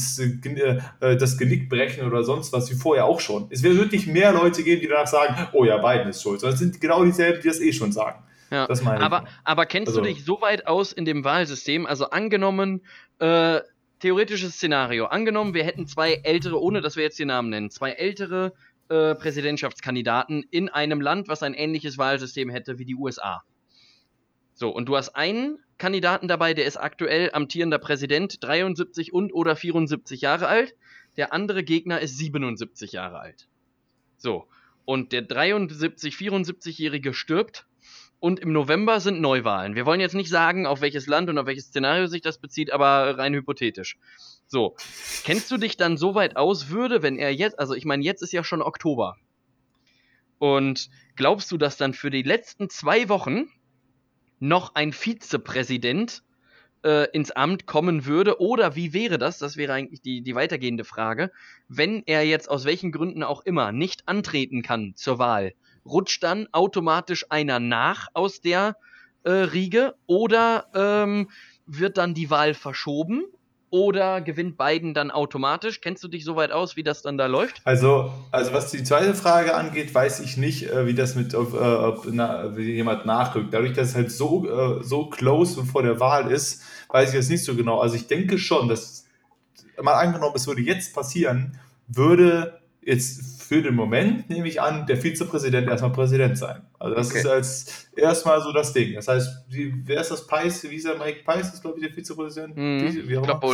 das Genick brechen oder sonst was wie vorher auch schon. Es wird wirklich mehr Leute geben, die danach sagen, oh ja, Biden ist schuld. Das sind genau dieselben, die das eh schon sagen. Ja. Das meine ich. Aber kennst du dich so weit aus in dem Wahlsystem? Also angenommen, theoretisches Szenario, angenommen, wir hätten zwei ältere, ohne dass wir jetzt die Namen nennen, zwei ältere Präsidentschaftskandidaten in einem Land, was ein ähnliches Wahlsystem hätte wie die USA. So, und du hast einen Kandidaten dabei, der ist aktuell amtierender Präsident, 73 und oder 74 Jahre alt. Der andere Gegner ist 77 Jahre alt. So, und der 73-, 74-Jährige stirbt und im November sind Neuwahlen. Wir wollen jetzt nicht sagen, auf welches Land und auf welches Szenario sich das bezieht, aber rein hypothetisch. So, kennst du dich dann so weit aus, wenn er jetzt, also ich meine, jetzt ist ja schon Oktober. Und glaubst du, dass dann für die letzten 2 Wochen noch ein Vizepräsident ins Amt kommen würde? Oder wie wäre das? Das wäre eigentlich die weitergehende Frage. Wenn er jetzt aus welchen Gründen auch immer nicht antreten kann zur Wahl, rutscht dann automatisch einer nach aus der Riege? Oder wird dann die Wahl verschoben? Oder gewinnt Biden dann automatisch? Kennst du dich so weit aus, wie das dann da läuft? Also was die zweite Frage angeht, weiß ich nicht, wie das wie jemand nachrückt. Dadurch, dass es halt so close vor der Wahl ist, weiß ich jetzt nicht so genau. Also ich denke schon, dass, mal angenommen, es würde jetzt passieren, würde jetzt für den Moment, nehme ich an, der Vizepräsident erstmal Präsident sein. Also das ist als erstmal so das Ding. Das heißt, wer ist das? Peiss? Wie ist der Mike Peiss? Ist, glaube ich, der Vizepräsident? Wie auch immer.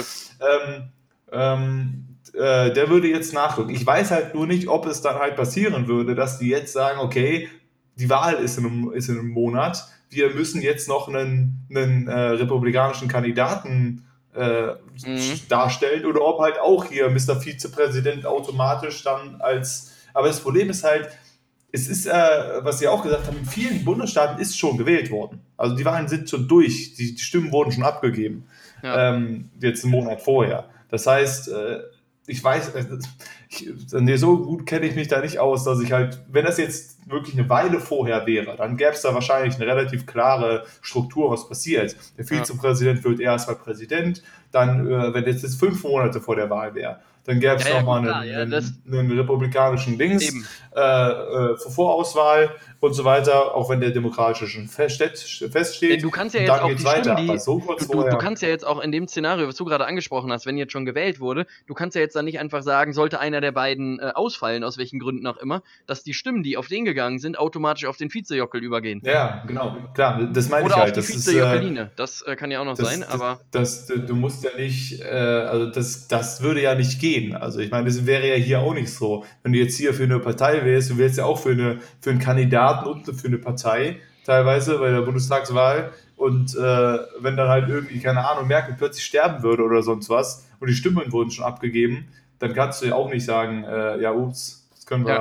Der würde jetzt nachrücken. Ich weiß halt nur nicht, ob es dann halt passieren würde, dass die jetzt sagen, okay, die Wahl ist in einem Monat, wir müssen jetzt noch einen republikanischen Kandidaten darstellen oder ob halt auch hier Mr. Vizepräsident automatisch dann aber das Problem ist halt, es ist, was Sie auch gesagt haben, in vielen Bundesstaaten ist schon gewählt worden. Also die Wahlen sind schon durch, die Stimmen wurden schon abgegeben, jetzt einen Monat vorher. Das heißt, ich weiß, so gut kenne ich mich da nicht aus, dass ich halt, wenn das jetzt wirklich eine Weile vorher wäre, dann gäbe es da wahrscheinlich eine relativ klare Struktur, was passiert. Der Vizepräsident wird erstmal Präsident, dann, wenn jetzt 5 Monate vor der Wahl wäre, dann gäbe es nochmal einen republikanischen Dings, Vorauswahl und so weiter, auch wenn der demokratische schon feststeht. Du kannst ja jetzt auch die Stimmen, du kannst ja jetzt auch in dem Szenario, was du gerade angesprochen hast, wenn jetzt schon gewählt wurde, du kannst ja jetzt dann nicht einfach sagen, sollte einer der beiden ausfallen, aus welchen Gründen auch immer, dass die Stimmen, die auf den gegangen sind, automatisch auf den Vizejockel übergehen. Ja, genau, klar, das meine ich halt. Oder auf die Vizejockeline, das kann ja auch noch sein, aber... Du musst ja nicht, also das würde ja nicht gehen. Also ich meine, das wäre ja hier auch nicht so. Wenn du jetzt hier für eine Partei wärst, du wärst ja auch für einen Kandidaten und für eine Partei teilweise bei der Bundestagswahl und wenn dann halt irgendwie, keine Ahnung, Merkel plötzlich sterben würde oder sonst was und die Stimmen wurden schon abgegeben, dann kannst du ja auch nicht sagen, ja ups, das können wir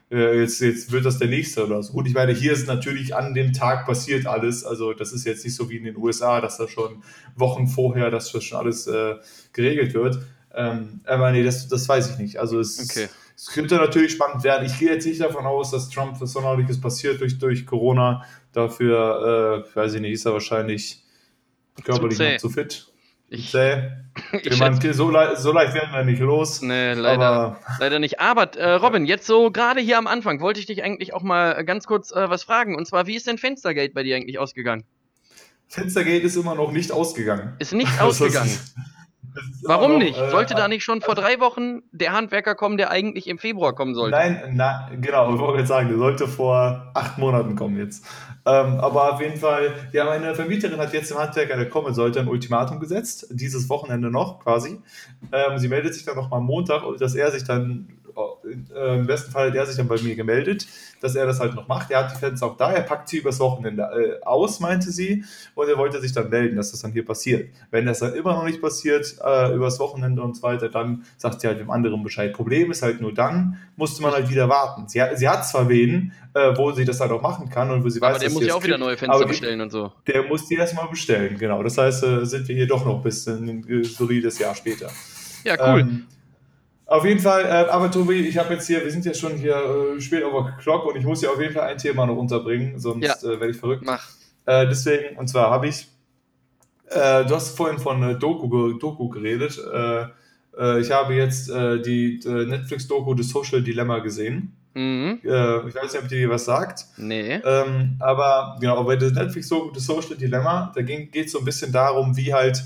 jetzt wird das der nächste oder so. Gut, ich meine, hier ist natürlich an dem Tag passiert alles. Also das ist jetzt nicht so wie in den USA, dass da schon Wochen vorher, dass das schon alles geregelt wird. Aber nee, das weiß ich nicht. Also Okay. es könnte natürlich spannend werden. Ich gehe jetzt nicht davon aus, dass Trump was Sonderliches passiert durch Corona. Dafür, weiß ich nicht, ist er wahrscheinlich körperlich noch zu fit. Zäh. Ich meine, so leicht werden wir nicht los. Nee, leider nicht. Aber Robin, jetzt so gerade hier am Anfang wollte ich dich eigentlich auch mal ganz kurz was fragen. Und zwar, wie ist denn Fenstergate bei dir eigentlich ausgegangen? Fenstergate ist immer noch nicht ausgegangen. Ist nicht ausgegangen? Warum nicht? Sollte da nicht schon vor 3 Wochen der Handwerker kommen, der eigentlich im Februar kommen sollte? Nein, genau, ich wollte jetzt sagen, der sollte vor 8 Monaten kommen jetzt. Aber auf jeden Fall, ja, meine Vermieterin hat jetzt dem Handwerker, der kommen sollte, ein Ultimatum gesetzt, dieses Wochenende noch quasi. Sie meldet sich dann nochmal am Montag, dass er sich dann, im besten Fall hat er sich dann bei mir gemeldet, dass er das halt noch macht. Er hat die Fenster auch da, er packt sie übers Wochenende aus, meinte sie, und er wollte sich dann melden, dass das dann hier passiert. Wenn das dann immer noch nicht passiert, übers Wochenende und so weiter, dann sagt sie halt dem anderen Bescheid. Problem ist halt nur dann, musste man halt wieder warten. Sie hat zwar wen, wo sie das halt auch machen kann und wo sie weiß, aber der muss ja auch wieder neue Fenster bestellen und so. Der muss die erstmal bestellen, genau. Das heißt, sind wir hier doch noch bis ein solides Jahr später. Ja, cool. Auf jeden Fall, aber Tobi, wir sind ja schon hier spät over clock und ich muss ja auf jeden Fall ein Thema noch unterbringen, sonst werde ich verrückt. Mach. Deswegen, und zwar habe ich, du hast vorhin von Doku geredet, ich habe jetzt die Netflix-Doku The Social Dilemma gesehen. Mhm. Ich weiß nicht, ob dir was sagt. Nee. Aber genau, bei der Netflix-Doku The Social Dilemma, da geht es so ein bisschen darum, wie halt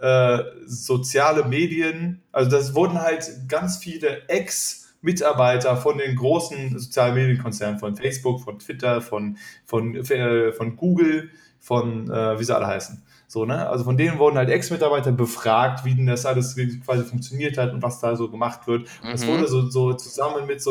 soziale Medien, also das wurden halt ganz viele Ex-Mitarbeiter von den großen sozialen Medienkonzernen, von Facebook, von Twitter, von Google, von wie sie alle heißen. So, ne? Also von denen wurden halt Ex-Mitarbeiter befragt, wie denn das alles quasi funktioniert hat und was da so gemacht wird. Und es wurde so zusammen es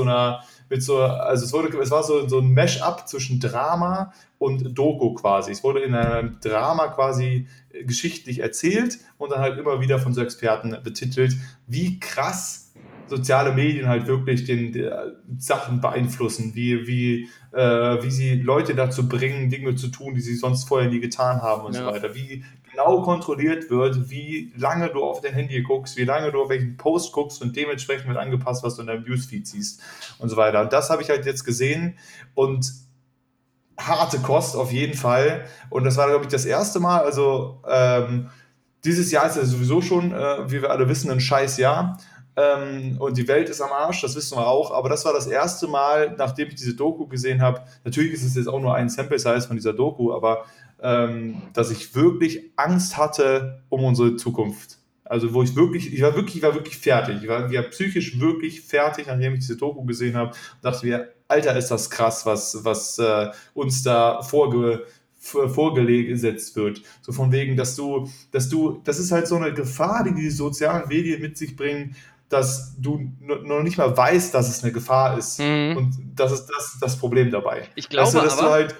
war so ein Mash-up zwischen Drama und Doku quasi. Es wurde in einem Drama quasi geschichtlich erzählt und dann halt immer wieder von so Experten betitelt, wie krass soziale Medien halt wirklich die Sachen beeinflussen, wie sie Leute dazu bringen, Dinge zu tun, die sie sonst vorher nie getan haben und so weiter. Wie genau kontrolliert wird, wie lange du auf dein Handy guckst, wie lange du auf welchen Post guckst und dementsprechend wird angepasst, was du in deinem Newsfeed siehst und so weiter. Und das habe ich halt jetzt gesehen und harte Kost auf jeden Fall. Und das war, glaube ich, das erste Mal, also dieses Jahr ist ja sowieso schon, wie wir alle wissen, ein scheiß Jahr. Und die Welt ist am Arsch, das wissen wir auch, aber das war das erste Mal, nachdem ich diese Doku gesehen habe, natürlich ist es jetzt auch nur ein Sample-Size von dieser Doku, aber dass ich wirklich Angst hatte um unsere Zukunft. Also wo ich war wirklich fertig. Ich war psychisch wirklich fertig, nachdem ich diese Doku gesehen habe und dachte mir, Alter, ist das krass, was uns da vorgesetzt wird. So von wegen, das ist halt so eine Gefahr, die sozialen Medien mit sich bringen, dass du noch nicht mal weißt, dass es eine Gefahr ist. Und das ist das Problem dabei. Ich glaube dass aber, du halt,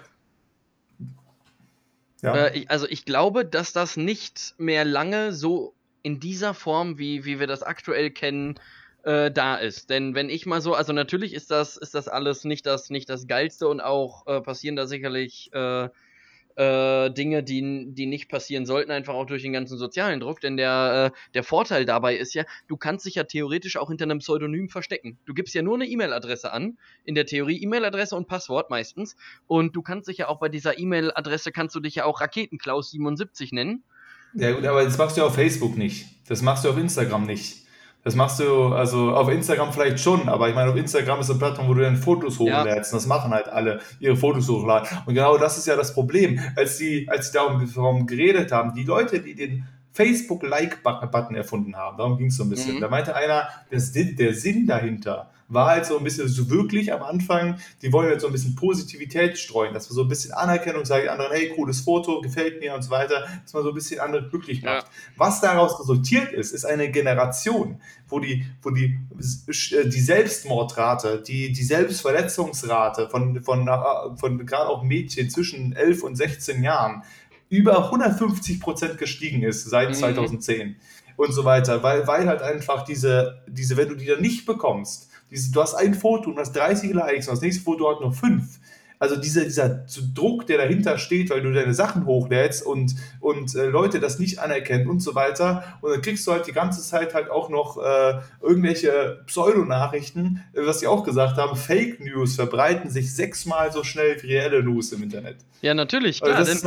ich glaube, dass das nicht mehr lange so in dieser Form, wie wir das aktuell kennen, da ist. Denn wenn ich mal so, also natürlich ist das alles nicht das Geilste und auch passieren da sicherlich Dinge, die nicht passieren sollten, einfach auch durch den ganzen sozialen Druck, denn der Vorteil dabei ist ja, du kannst dich ja theoretisch auch hinter einem Pseudonym verstecken. Du gibst ja nur eine E-Mail-Adresse an, in der Theorie E-Mail-Adresse und Passwort meistens, und du kannst dich ja auch bei dieser E-Mail-Adresse, kannst du dich ja auch Raketenklaus77 nennen. Ja gut, aber das machst du ja auf Facebook nicht. Das machst du auf Instagram nicht. Das machst du, also auf Instagram vielleicht schon, aber ich meine, auf Instagram ist eine Plattform, wo du dann Fotos hochlädst. Und das machen halt alle, ihre Fotos hochladen. Und genau das ist ja das Problem. Als sie darum geredet haben, die Leute, die den Facebook-Like-Button erfunden haben, darum ging es so ein bisschen. Da meinte einer, der Sinn dahinter war halt so ein bisschen so wirklich am Anfang, die wollen jetzt so ein bisschen Positivität streuen, dass wir so ein bisschen Anerkennung sagen, anderen, hey, cooles Foto, gefällt mir und so weiter, dass man so ein bisschen andere glücklich macht. Ja. Was daraus resultiert ist eine Generation, wo die Selbstmordrate, die Selbstverletzungsrate von gerade auch Mädchen zwischen 11 und 16 Jahren über 150% gestiegen ist seit 2010 und so weiter, weil halt einfach diese, wenn du die dann nicht bekommst, Du hast ein Foto und hast 30 Likes und das nächste Foto hat nur 5. Also dieser Druck, der dahinter steht, weil du deine Sachen hochlädst und Leute das nicht anerkennen und so weiter. Und dann kriegst du halt die ganze Zeit halt auch noch irgendwelche Pseudonachrichten, was sie auch gesagt haben, Fake News verbreiten sich 6-mal so schnell wie reelle News im Internet. Ja, natürlich, klar. das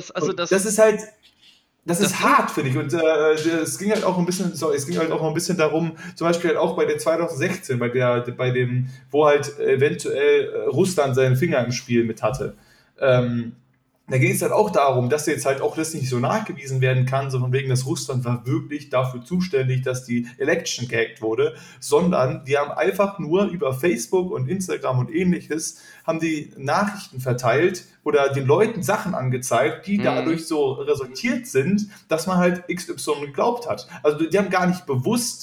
ist hart, finde ich. Und es ging halt auch ein bisschen darum, zum Beispiel halt auch bei der 2016, bei dem, wo halt eventuell Russland seinen Finger im Spiel mit hatte. Da ging es halt auch darum, dass jetzt halt auch das nicht so nachgewiesen werden kann, sondern wegen, dass Russland war wirklich dafür zuständig, dass die Election gehackt wurde, sondern die haben einfach nur über Facebook und Instagram und ähnliches haben die Nachrichten verteilt oder den Leuten Sachen angezeigt, die dadurch so resultiert sind, dass man halt XY geglaubt hat. Also die haben gar nicht bewusst,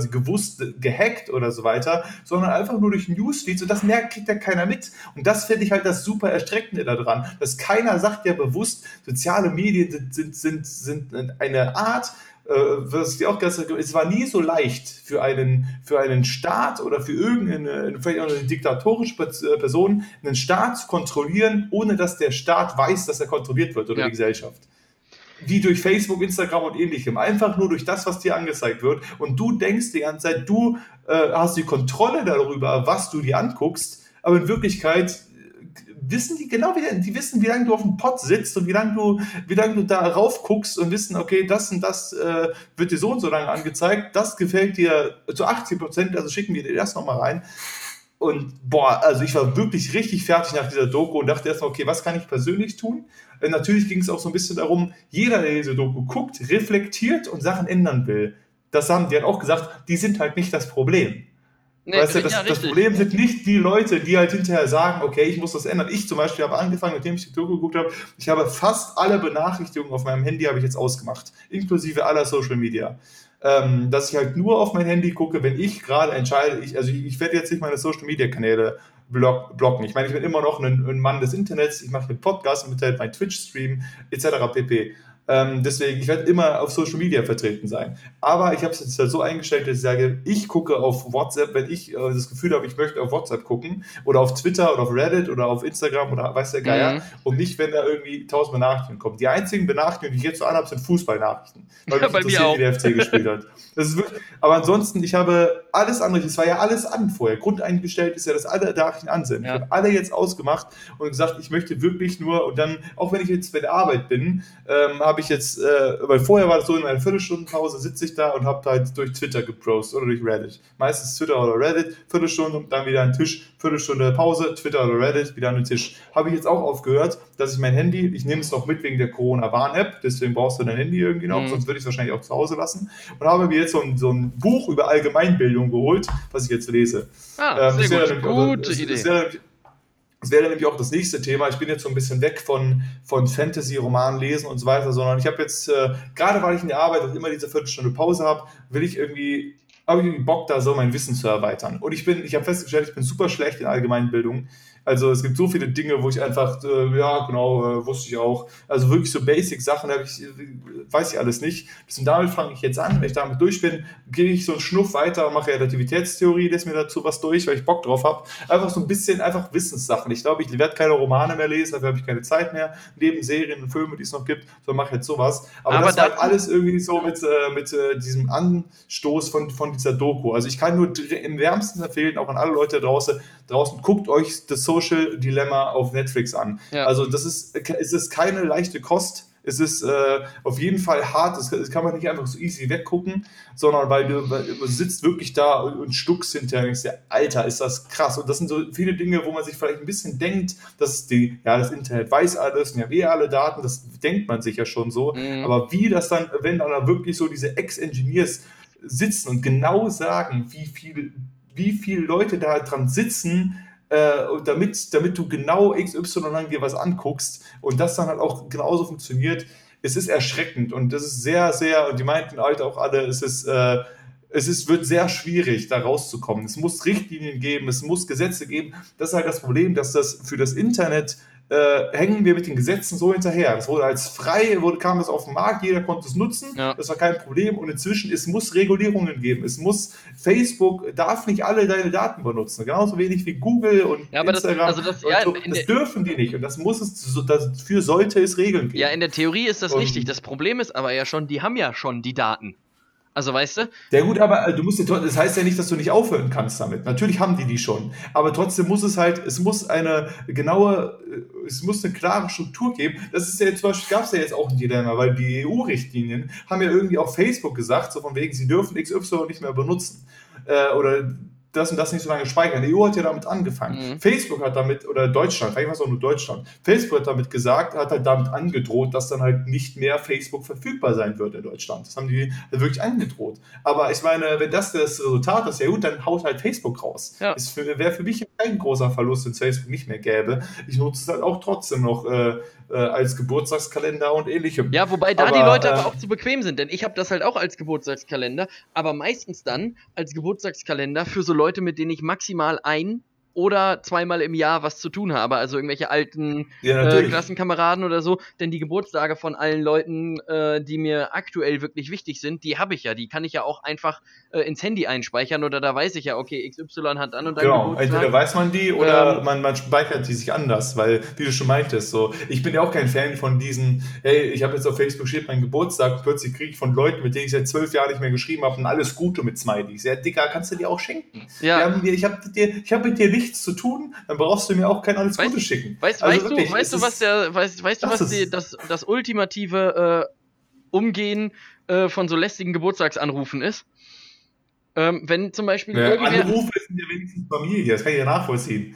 gehackt oder so weiter, sondern einfach nur durch Newsfeeds und das kriegt ja keiner mit. Und das finde ich halt das super Erschreckende daran, dass keiner sagt ja bewusst, soziale Medien sind eine Art, was ich auch gesagt habe, es war nie so leicht für einen Staat oder für vielleicht auch eine diktatorische Person, einen Staat zu kontrollieren, ohne dass der Staat weiß, dass er kontrolliert wird oder die Gesellschaft. Wie durch Facebook, Instagram und ähnlichem. Einfach nur durch das, was dir angezeigt wird. Und du denkst die ganze Zeit, du hast die Kontrolle darüber, was du dir anguckst, aber in Wirklichkeit wissen die genau, die wissen, wie lange du auf dem Pott sitzt und wie lange du da rauf guckst und wissen, okay, das und das wird dir so und so lange angezeigt, das gefällt dir zu 80%, also schicken wir dir das nochmal rein. Und also ich war wirklich richtig fertig nach dieser Doku und dachte erstmal, okay, was kann ich persönlich tun? Natürlich ging es auch so ein bisschen darum, jeder, der diese Doku guckt, reflektiert und Sachen ändern will. Die hat auch gesagt, die sind halt nicht das Problem. Nee, weißt du, das Problem sind nicht die Leute, die halt hinterher sagen, okay, ich muss das ändern. Ich zum Beispiel habe angefangen, nachdem ich die Doku geguckt habe, ich habe fast alle Benachrichtigungen auf meinem Handy habe ich jetzt ausgemacht, inklusive aller Social Media. Dass ich halt nur auf mein Handy gucke, wenn ich gerade entscheide, ich werde jetzt nicht meine Social Media Kanäle blocken. Ich meine, ich bin immer noch ein Mann des Internets, ich mache einen Podcast mit halt mein Twitch-Stream etc. pp. Deswegen, ich werde immer auf Social Media vertreten sein. Aber ich habe es jetzt halt so eingestellt, dass ich sage, ich gucke auf WhatsApp, wenn ich das Gefühl habe, ich möchte auf WhatsApp gucken oder auf Twitter oder auf Reddit oder auf Instagram oder weiß der Geier und nicht, wenn da irgendwie 1000 Benachrichtigungen kommen. Die einzigen Benachrichtigungen, die ich jetzt so anhabe, sind Fußballnachrichten, weil mich interessiert, wie der FC gespielt hat. Das ist wirklich, aber ansonsten, ich habe alles andere, es war ja alles an vorher. Grundeingestellt ist ja, dass alle Nachrichten an sind. Ja. Ich habe alle jetzt ausgemacht und gesagt, ich möchte wirklich nur, und dann, auch wenn ich jetzt bei der Arbeit bin, habe ich jetzt, weil vorher war das so, in einer Viertelstundenpause sitze ich da und habe halt durch Twitter gebrowst oder durch Reddit. Meistens Twitter oder Reddit, Viertelstunde und dann wieder ein Tisch, Viertelstunde Pause, Twitter oder Reddit, wieder an den Tisch. Habe ich jetzt auch aufgehört, dass ich mein Handy, ich nehme es noch mit wegen der Corona-Warn-App, deswegen brauchst du dein Handy irgendwie noch, sonst würde ich es wahrscheinlich auch zu Hause lassen. Und habe mir jetzt so ein Buch über Allgemeinbildung geholt, was ich jetzt lese. Sehr gute Idee. Das wäre nämlich auch das nächste Thema. Ich bin jetzt so ein bisschen weg von Fantasy-Romanen lesen und so weiter, sondern ich habe jetzt, gerade weil ich in der Arbeit auch immer diese Viertelstunde Pause habe, habe ich irgendwie Bock, da so mein Wissen zu erweitern. Und ich habe festgestellt, ich bin super schlecht in Allgemeinbildung. Also es gibt so viele Dinge, wo ich einfach, wusste ich auch. Also wirklich so Basic-Sachen weiß ich alles nicht. Und damit fange ich jetzt an. Wenn ich damit durch bin, gehe ich so einen Schnuff weiter und mache Relativitätstheorie, lese mir dazu was durch, weil ich Bock drauf habe. Einfach so ein bisschen einfach Wissenssachen. Ich glaube, ich werde keine Romane mehr lesen, dafür habe ich keine Zeit mehr. Neben Serien und Filmen, die es noch gibt, so mache ich jetzt sowas. Aber das war halt alles irgendwie so mit diesem Anstoß von dieser Doku. Also ich kann nur im wärmsten empfehlen, auch an alle Leute draußen, guckt euch das Social Dilemma auf Netflix an. Ja. Also es ist keine leichte Kost. Es ist auf jeden Fall hart. Das kann man nicht einfach so easy weggucken, sondern weil du sitzt wirklich da und stuckst hinterher und denkst, Alter, ist das krass. Und das sind so viele Dinge, wo man sich vielleicht ein bisschen denkt, dass das Internet weiß alles und ja alle Daten, das denkt man sich ja schon so. Aber wie das dann, wenn dann wirklich so diese Ex-Engineers sitzen und genau sagen, wie viele Leute da dran sitzen, damit du genau XY lang dir was anguckst und das dann halt auch genauso funktioniert, es ist erschreckend und das ist sehr, sehr, und die meinten halt auch alle, wird sehr schwierig, da rauszukommen. Es muss Richtlinien geben, es muss Gesetze geben. Das ist halt das Problem, dass das für das Internet hängen wir mit den Gesetzen so hinterher. Das wurde als frei, kam das auf den Markt, jeder konnte es nutzen, das war kein Problem. Und inzwischen, es muss Regulierungen geben. Facebook darf nicht alle deine Daten benutzen. Genauso wenig wie Google und Instagram. Das dürfen die nicht. Und dafür sollte es Regeln geben. Ja, in der Theorie ist das richtig. Das Problem ist aber ja schon, die haben ja schon die Daten. Also, weißt du? Ja gut, aber das heißt ja nicht, dass du nicht aufhören kannst damit. Natürlich haben die schon. Aber trotzdem muss es muss eine klare Struktur geben. Das ist ja zum Beispiel, gab es ja jetzt auch ein Dilemma, weil die EU-Richtlinien haben ja irgendwie auf Facebook gesagt, so von wegen, sie dürfen XY nicht mehr benutzen. Oder das und das nicht so lange speichern. Die EU hat ja damit angefangen. Facebook hat damit, oder Deutschland, vielleicht war es auch nur Deutschland, Facebook hat damit gesagt, hat halt damit angedroht, dass dann halt nicht mehr Facebook verfügbar sein wird in Deutschland. Das haben die wirklich angedroht. Aber ich meine, wenn das Resultat ist, ja gut, dann haut halt Facebook raus. Ja. Wäre für mich kein großer Verlust, wenn es Facebook nicht mehr gäbe. Ich nutze es halt auch trotzdem noch als Geburtstagskalender und ähnlichem. Ja, wobei die Leute aber auch zu bequem sind, denn ich habe das halt auch als Geburtstagskalender, aber meistens dann als Geburtstagskalender für so Leute, mit denen ich maximal ein- oder zweimal im Jahr was zu tun habe, also irgendwelche alten Klassenkameraden oder so, denn die Geburtstage von allen Leuten, die mir aktuell wirklich wichtig sind, die habe ich ja, die kann ich ja auch einfach ins Handy einspeichern oder da weiß ich ja, okay, XY hat dann und dann Geburtstag. Entweder weiß man die oder man speichert die sich anders, weil, wie du schon meintest, so, ich bin ja auch kein Fan von diesen, hey, ich habe jetzt auf Facebook steht mein Geburtstag, plötzlich kriege ich von Leuten, mit denen ich seit 12 Jahren nicht mehr geschrieben habe, und alles Gute mit Smileys. Ja, Digga, kannst du dir auch schenken. Ja. Ich hab mit dir nichts zu tun, dann brauchst du mir auch kein alles Gute schicken. Weißt du, was das ultimative Umgehen von so lästigen Geburtstagsanrufen ist? Wenn zum Beispiel Anrufe sind ja wenigstens Familie, das kann ich ja nachvollziehen.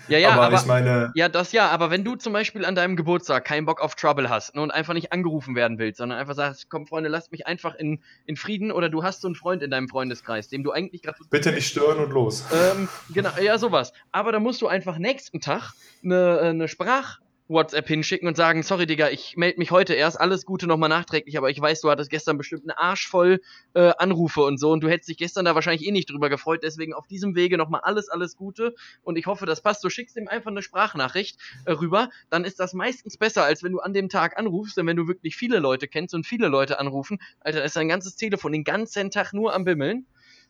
Aber wenn du zum Beispiel an deinem Geburtstag keinen Bock auf Trouble hast, ne, und einfach nicht angerufen werden willst, sondern einfach sagst, komm Freunde, lasst mich einfach in Frieden, oder du hast so einen Freund in deinem Freundeskreis, dem du eigentlich gerade... Bitte nicht stören und los. Genau, ja, sowas. Aber da musst du einfach nächsten Tag eine WhatsApp hinschicken und sagen, sorry Digga, ich melde mich heute erst, alles Gute nochmal nachträglich, aber ich weiß, du hattest gestern bestimmt einen Arsch voll Anrufe und so und du hättest dich gestern da wahrscheinlich nicht drüber gefreut, deswegen auf diesem Wege nochmal alles Gute und ich hoffe, das passt. Du schickst ihm einfach eine Sprachnachricht rüber, dann ist das meistens besser, als wenn du an dem Tag anrufst, denn wenn du wirklich viele Leute kennst und viele Leute anrufen, Alter, ist dein ganzes Telefon den ganzen Tag nur am Bimmeln.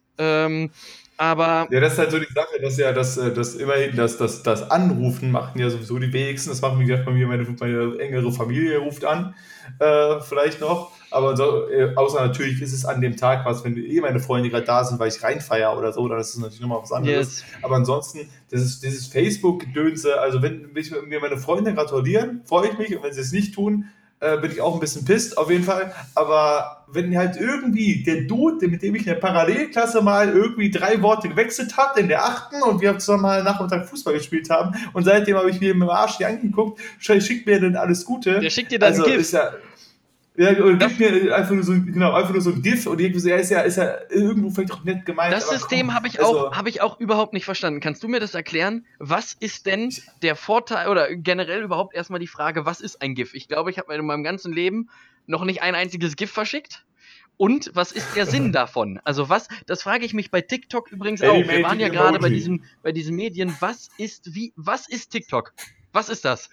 Aber... Ja, das ist halt so die Sache, dass ja das immerhin das Anrufen machen ja sowieso die wenigsten. Das machen, wie gesagt, bei mir meine engere Familie ruft an, vielleicht noch. Aber so, außer natürlich ist es an dem Tag was, wenn meine Freunde gerade da sind, weil ich reinfeiere oder so, dann ist es natürlich nochmal was anderes. Yes. Aber ansonsten, dieses Facebook-Gedönse, also wenn mir meine Freunde gratulieren, freue ich mich, und wenn sie es nicht tun, bin ich auch ein bisschen pisst, auf jeden Fall. Aber wenn halt irgendwie der Dude, mit dem ich in der Parallelklasse mal irgendwie 3 Worte gewechselt hat, in der 8. und wir zusammen mal Nachmittag Fußball gespielt haben und seitdem habe ich mir mit dem Arsch hier angeguckt, schickt mir dann alles Gute. Der schickt dir dann ein GIF. Und gibt mir einfach nur so ein GIF und irgendwie so, ist ja irgendwo vielleicht auch nett gemeint. Das System habe ich auch überhaupt nicht verstanden. Kannst du mir das erklären? Was ist denn der Vorteil, oder generell überhaupt erstmal die Frage, was ist ein GIF? Ich glaube, ich habe in meinem ganzen Leben noch nicht ein einziges GIF verschickt. Und was ist der Sinn davon? Also das frage ich mich bei TikTok übrigens auch. Wir waren ja gerade bei diesen Medien. Was ist TikTok? Was ist das?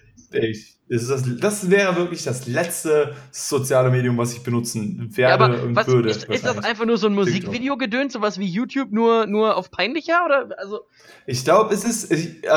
Das wäre wirklich das letzte soziale Medium, was ich benutzen werde und würde. Ist das einfach nur so ein Musikvideo-Gedöns, sowas wie YouTube, nur auf peinlicher? Oder? Also ich glaube, es ist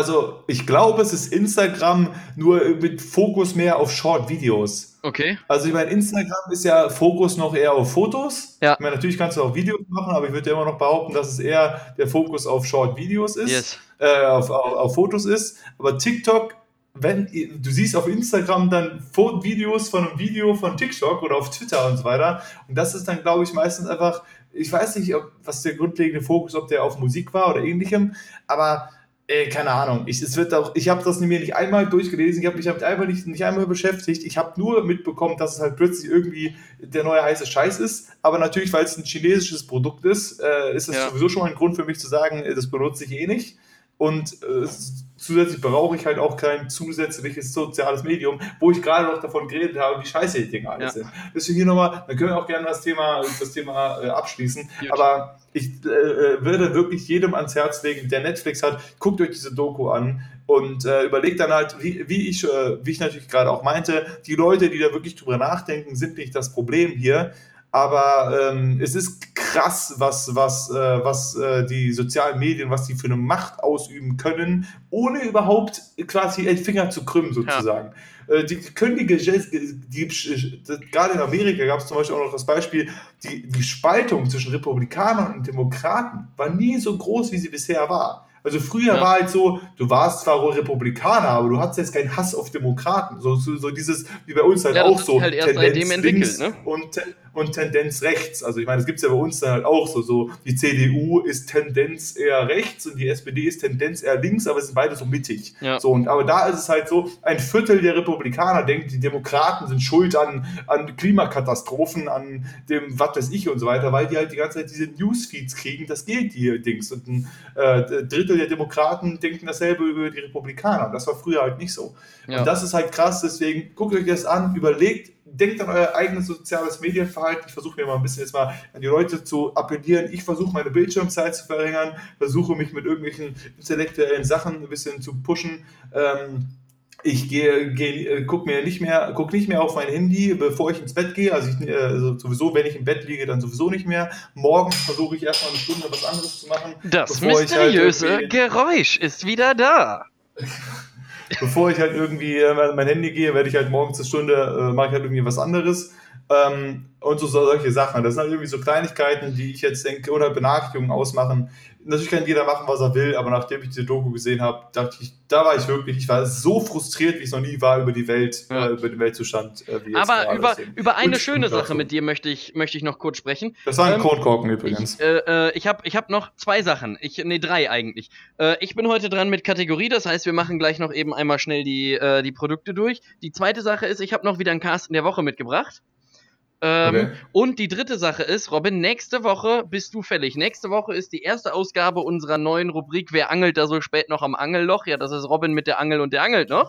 Instagram nur mit Fokus mehr auf Short-Videos. Okay. Also ich meine, Instagram ist ja Fokus noch eher auf Fotos. Ja. Ich meine, natürlich kannst du auch Videos machen, aber ich würde ja immer noch behaupten, dass es eher der Fokus auf Short-Videos ist, yes. auf Fotos ist. Aber TikTok, wenn du siehst auf Instagram dann Videos von einem Video von TikTok oder auf Twitter und so weiter, und das ist dann, glaube ich, meistens einfach, ich weiß nicht, was der grundlegende Fokus, ob der auf Musik war oder ähnlichem, aber keine Ahnung, ich habe das mir nicht einmal durchgelesen, ich habe mich damit einfach nicht einmal beschäftigt, ich habe nur mitbekommen, dass es halt plötzlich irgendwie der neue heiße Scheiß ist, aber natürlich, weil es ein chinesisches Produkt ist, ist das sowieso schon mal ein Grund für mich zu sagen, das benutze ich eh nicht. Und zusätzlich brauche ich halt auch kein zusätzliches soziales Medium, wo ich gerade noch davon geredet habe, wie scheiße die Dinge alle sind. Deswegen hier nochmal, dann können wir auch gerne das Thema abschließen. Gut. Aber ich würde wirklich jedem ans Herz legen, der Netflix hat, guckt euch diese Doku an und überlegt dann halt, wie ich natürlich gerade auch meinte, die Leute, die da wirklich drüber nachdenken, sind nicht das Problem hier. Aber es ist krass, was die sozialen Medien, was die für eine Macht ausüben können, ohne überhaupt quasi den Finger zu krümmen, sozusagen. Ja. Die können gerade in Amerika gab es zum Beispiel auch noch das Beispiel, die Spaltung zwischen Republikanern und Demokraten war nie so groß, wie sie bisher war. Also früher war halt so, du warst zwar Republikaner, aber du hattest jetzt keinen Hass auf Demokraten. So dieses, wie bei uns halt auch so, halt erst Tendenz links ne? und Tendenz rechts. Also ich meine, das gibt es ja bei uns dann halt auch so die CDU ist Tendenz eher rechts und die SPD ist Tendenz eher links, aber es sind beide so mittig. Ja. So, aber da ist es halt so, ein Viertel der Republikaner denkt, die Demokraten sind schuld an Klimakatastrophen, an dem was weiß ich und so weiter, weil die halt die ganze Zeit diese Newsfeeds kriegen, das gilt die Dings. Und ein Drittel der Demokraten denken dasselbe über die Republikaner. Das war früher halt nicht so. Ja. Und das ist halt krass, deswegen guckt euch das an, überlegt, denkt an euer eigenes soziales Medienverhalten. Ich versuche mir mal ein bisschen jetzt mal an die Leute zu appellieren. Ich versuche meine Bildschirmzeit zu verringern, versuche mich mit irgendwelchen intellektuellen Sachen ein bisschen zu pushen. Ich guck nicht mehr auf mein Handy, bevor ich ins Bett gehe. Also sowieso, wenn ich im Bett liege, dann sowieso nicht mehr. Morgens versuche ich erstmal eine Stunde was anderes zu machen. Das mysteriöse Geräusch ist wieder da. Bevor ich halt irgendwie mein Handy gehe, werde ich halt morgens eine Stunde, mache ich halt irgendwie was anderes. Und so solche Sachen. Das sind halt irgendwie so Kleinigkeiten, die ich jetzt denke, oder Benachrichtigungen ausmachen. Natürlich kann jeder machen, was er will, aber nachdem ich diese Doku gesehen habe, dachte ich, ich war so frustriert, wie ich es noch nie war über die Welt, über den Weltzustand. Aber über eine schöne Sache mit dir möchte ich noch kurz sprechen. Das war ein Kronkorken übrigens. Ich hab noch 2 Sachen. 3 eigentlich. Ich bin heute dran mit Kategorie, das heißt, wir machen gleich noch eben einmal schnell die Produkte durch. Die zweite Sache ist, ich habe noch wieder einen Cast in der Woche mitgebracht. Okay. Und die dritte Sache ist, Robin, nächste Woche bist du fällig. Nächste Woche ist die erste Ausgabe unserer neuen Rubrik Wer angelt da so spät noch am Angelloch? Ja, das ist Robin mit der Angel und der angelt noch.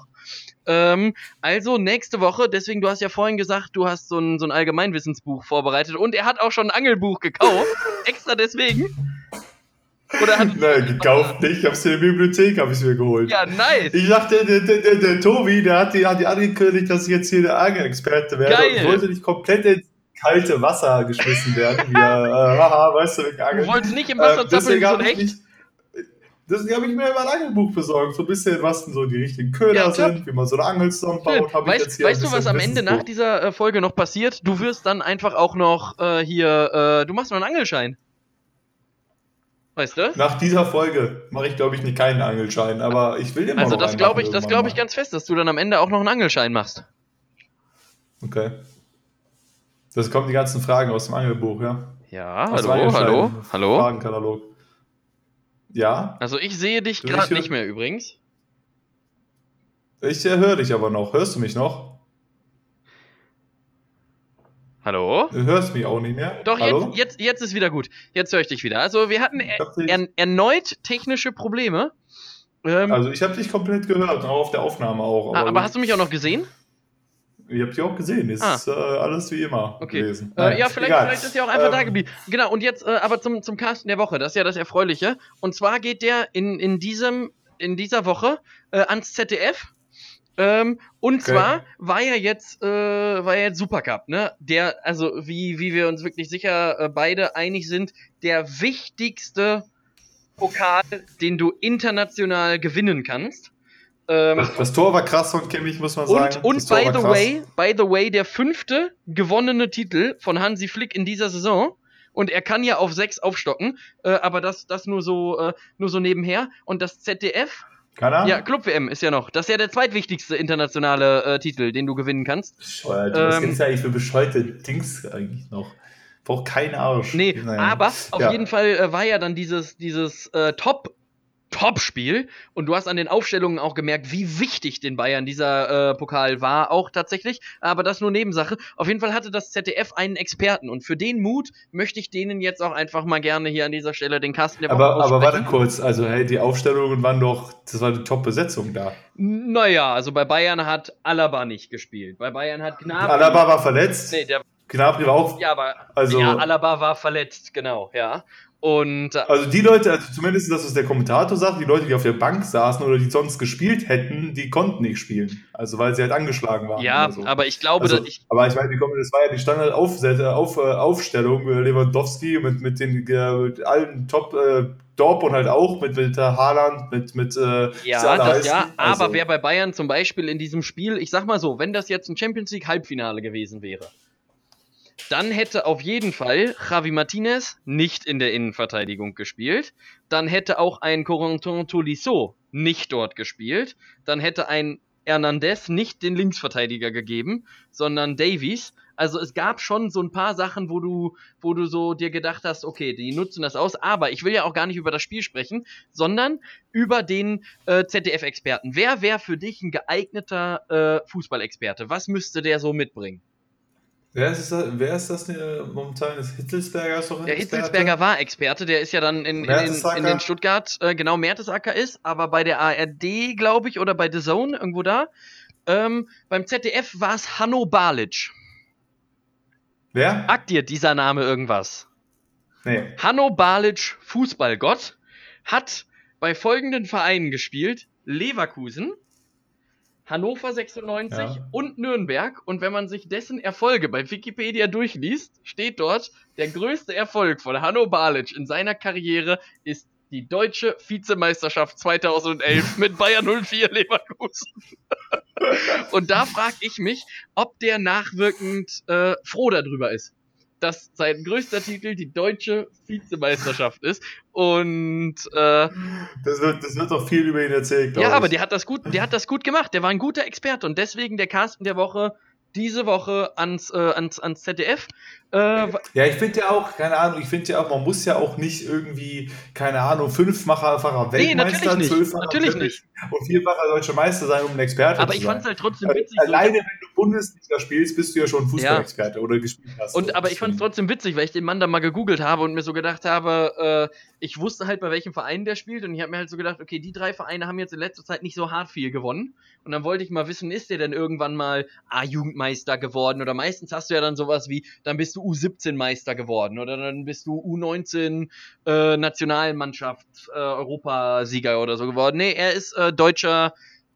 Also nächste Woche, deswegen, du hast ja vorhin gesagt, du hast so ein Allgemeinwissensbuch vorbereitet und er hat auch schon ein Angelbuch gekauft. Extra deswegen. Oder nein, gekauft nicht. Ich hab's in der Bibliothek, habe ich mir geholt. Ja, nice. Ich dachte, der Tobi, der hat die angekündigt, dass ich jetzt hier der Angelexperte werde. Geil. Und ich wollte nicht komplett ins kalte Wasser geschmissen werden. Weißt du, wegen Angeln. Du wolltest nicht im Wasser zappeln, so echt? Deswegen habe ich mir immer ein Angelbuch besorgt. So ein bisschen, was denn so die richtigen Köder sind, wie man so eine Angel zusammenbaut. Weißt du, was am Ende nach dieser Folge noch passiert? Du wirst dann einfach auch noch du machst noch einen Angelschein. Weißt du? Nach dieser Folge mache ich, glaube ich, keinen Angelschein, aber ich will immer noch einen machen. Also das glaube ich ganz fest, dass du dann am Ende auch noch einen Angelschein machst. Okay. Das kommen die ganzen Fragen aus dem Angelbuch, ja? Ja, hallo. Fragenkatalog. Ja? Also ich sehe dich gerade nicht mehr übrigens. Ich höre dich aber noch. Hörst du mich noch? Hallo? Du hörst mich auch nicht mehr. Doch, jetzt ist wieder gut. Jetzt höre ich dich wieder. Also wir hatten erneut technische Probleme. Also ich habe dich komplett gehört, auch auf der Aufnahme auch. Aber hast du mich auch noch gesehen? Ich habe dich auch gesehen. Ist alles wie immer gewesen. Ja, vielleicht ist ja auch einfach da geblieben. Genau, und jetzt aber zum Casten der Woche. Das ist ja das Erfreuliche. Und zwar geht der in dieser Woche ans ZDF. Und zwar war ja jetzt Supercup, ne? Der, also wie wir uns wirklich sicher beide einig sind, der wichtigste Pokal, den du international gewinnen kannst. Das Tor war krass von Kimmich, muss man sagen. Und by the way, der 5. gewonnene Titel von Hansi Flick in dieser Saison. Und er kann ja auf 6 aufstocken, aber das nur so nebenher. Und das ZDF. Kann er? Ja, Club-WM ist ja noch. Das ist ja der zweitwichtigste internationale Titel, den du gewinnen kannst. Bescheuert. Was gibt's eigentlich für bescheuerte Dings eigentlich noch? Braucht keinen Arsch. Nee, aber auf jeden Fall war ja dann dieses Topspiel. Und du hast an den Aufstellungen auch gemerkt, wie wichtig den Bayern dieser Pokal war, auch tatsächlich. Aber das nur Nebensache. Auf jeden Fall hatte das ZDF einen Experten. Und für den Mut möchte ich denen jetzt auch einfach mal gerne hier an dieser Stelle den Carsten der Woche Aber warte kurz, also hey, die Aufstellungen waren doch, das war eine Top-Besetzung da. Naja, also bei Bayern hat Alaba nicht gespielt. Bei Bayern hat Gnabry... Alaba war verletzt? Nee, Gnabry war auch... Ja, aber also, ja, Alaba war verletzt, genau, ja. Und, also die Leute, also zumindest das, was der Kommentator sagt, die Leute, die auf der Bank saßen oder die sonst gespielt hätten, die konnten nicht spielen. Also weil sie halt angeschlagen waren. Ja, oder so. aber ich glaube, also, aber ich meine, das war ja die Standardaufstellung, Lewandowski mit allen Top, Dortmund halt auch, mit Haaland, mit aber wer bei Bayern zum Beispiel in diesem Spiel, ich sag mal so, wenn das jetzt ein Champions League Halbfinale gewesen wäre, dann hätte auf jeden Fall Javi Martinez nicht in der Innenverteidigung gespielt. Dann hätte auch ein Corentin Tolisso nicht dort gespielt. Dann hätte ein Hernandez nicht den Linksverteidiger gegeben, sondern Davies. Also es gab schon so ein paar Sachen, wo du so dir gedacht hast, okay, die nutzen das aus. Aber ich will ja auch gar nicht über das Spiel sprechen, sondern über den ZDF-Experten. Wer wäre für dich ein geeigneter Fußballexperte? Was müsste der so mitbringen? Wer ist das momentan? Ist Hitzelsberger ist doch ein Der Experte? Hitzelsberger war Experte, der ist ja dann in den Stuttgart, genau, Mertesacker ist, aber bei der ARD, glaube ich, oder bei The Zone, irgendwo da. Beim ZDF war es Hanno Balic. Wer? Sagt dir dieser Name irgendwas? Nee. Hanno Balic, Fußballgott, hat bei folgenden Vereinen gespielt: Leverkusen, Hannover 96 und Nürnberg. Und wenn man sich dessen Erfolge bei Wikipedia durchliest, steht dort, der größte Erfolg von Hanno Balic in seiner Karriere ist die deutsche Vizemeisterschaft 2011 mit Bayern 04 Leverkusen. Und da frage ich mich, ob der nachwirkend froh darüber ist, dass sein größter Titel die deutsche Vizemeisterschaft ist. Und das wird doch viel über ihn erzählt, glaube ich. Ja, aber der hat das gut gemacht. Der war ein guter Experte und deswegen der Carsten der Woche diese Woche ans ZDF. Ja, ich finde ja auch, keine Ahnung, man muss ja auch nicht irgendwie, keine Ahnung, 5-facher Weltmeister, 12-facher nicht. Und 4-facher deutscher Meister sein, um ein Experte zu sein. Aber ich fand es halt trotzdem witzig. Alleine, wenn du Bundesliga spielst, bist du ja schon Fußballexperte oder gespielt hast. Aber ich fand es trotzdem witzig, weil ich den Mann da mal gegoogelt habe und mir so gedacht habe, ich wusste halt, bei welchem Verein der spielt und ich habe mir halt so gedacht, okay, die 3 Vereine haben jetzt in letzter Zeit nicht so hart viel gewonnen. Und dann wollte ich mal wissen, ist der denn irgendwann mal A-Jugendmeister geworden? Oder meistens hast du ja dann sowas wie, dann bist du U17-Meister geworden oder dann bist du U19 Nationalmannschaft Europasieger oder so geworden. Nee, er ist deutscher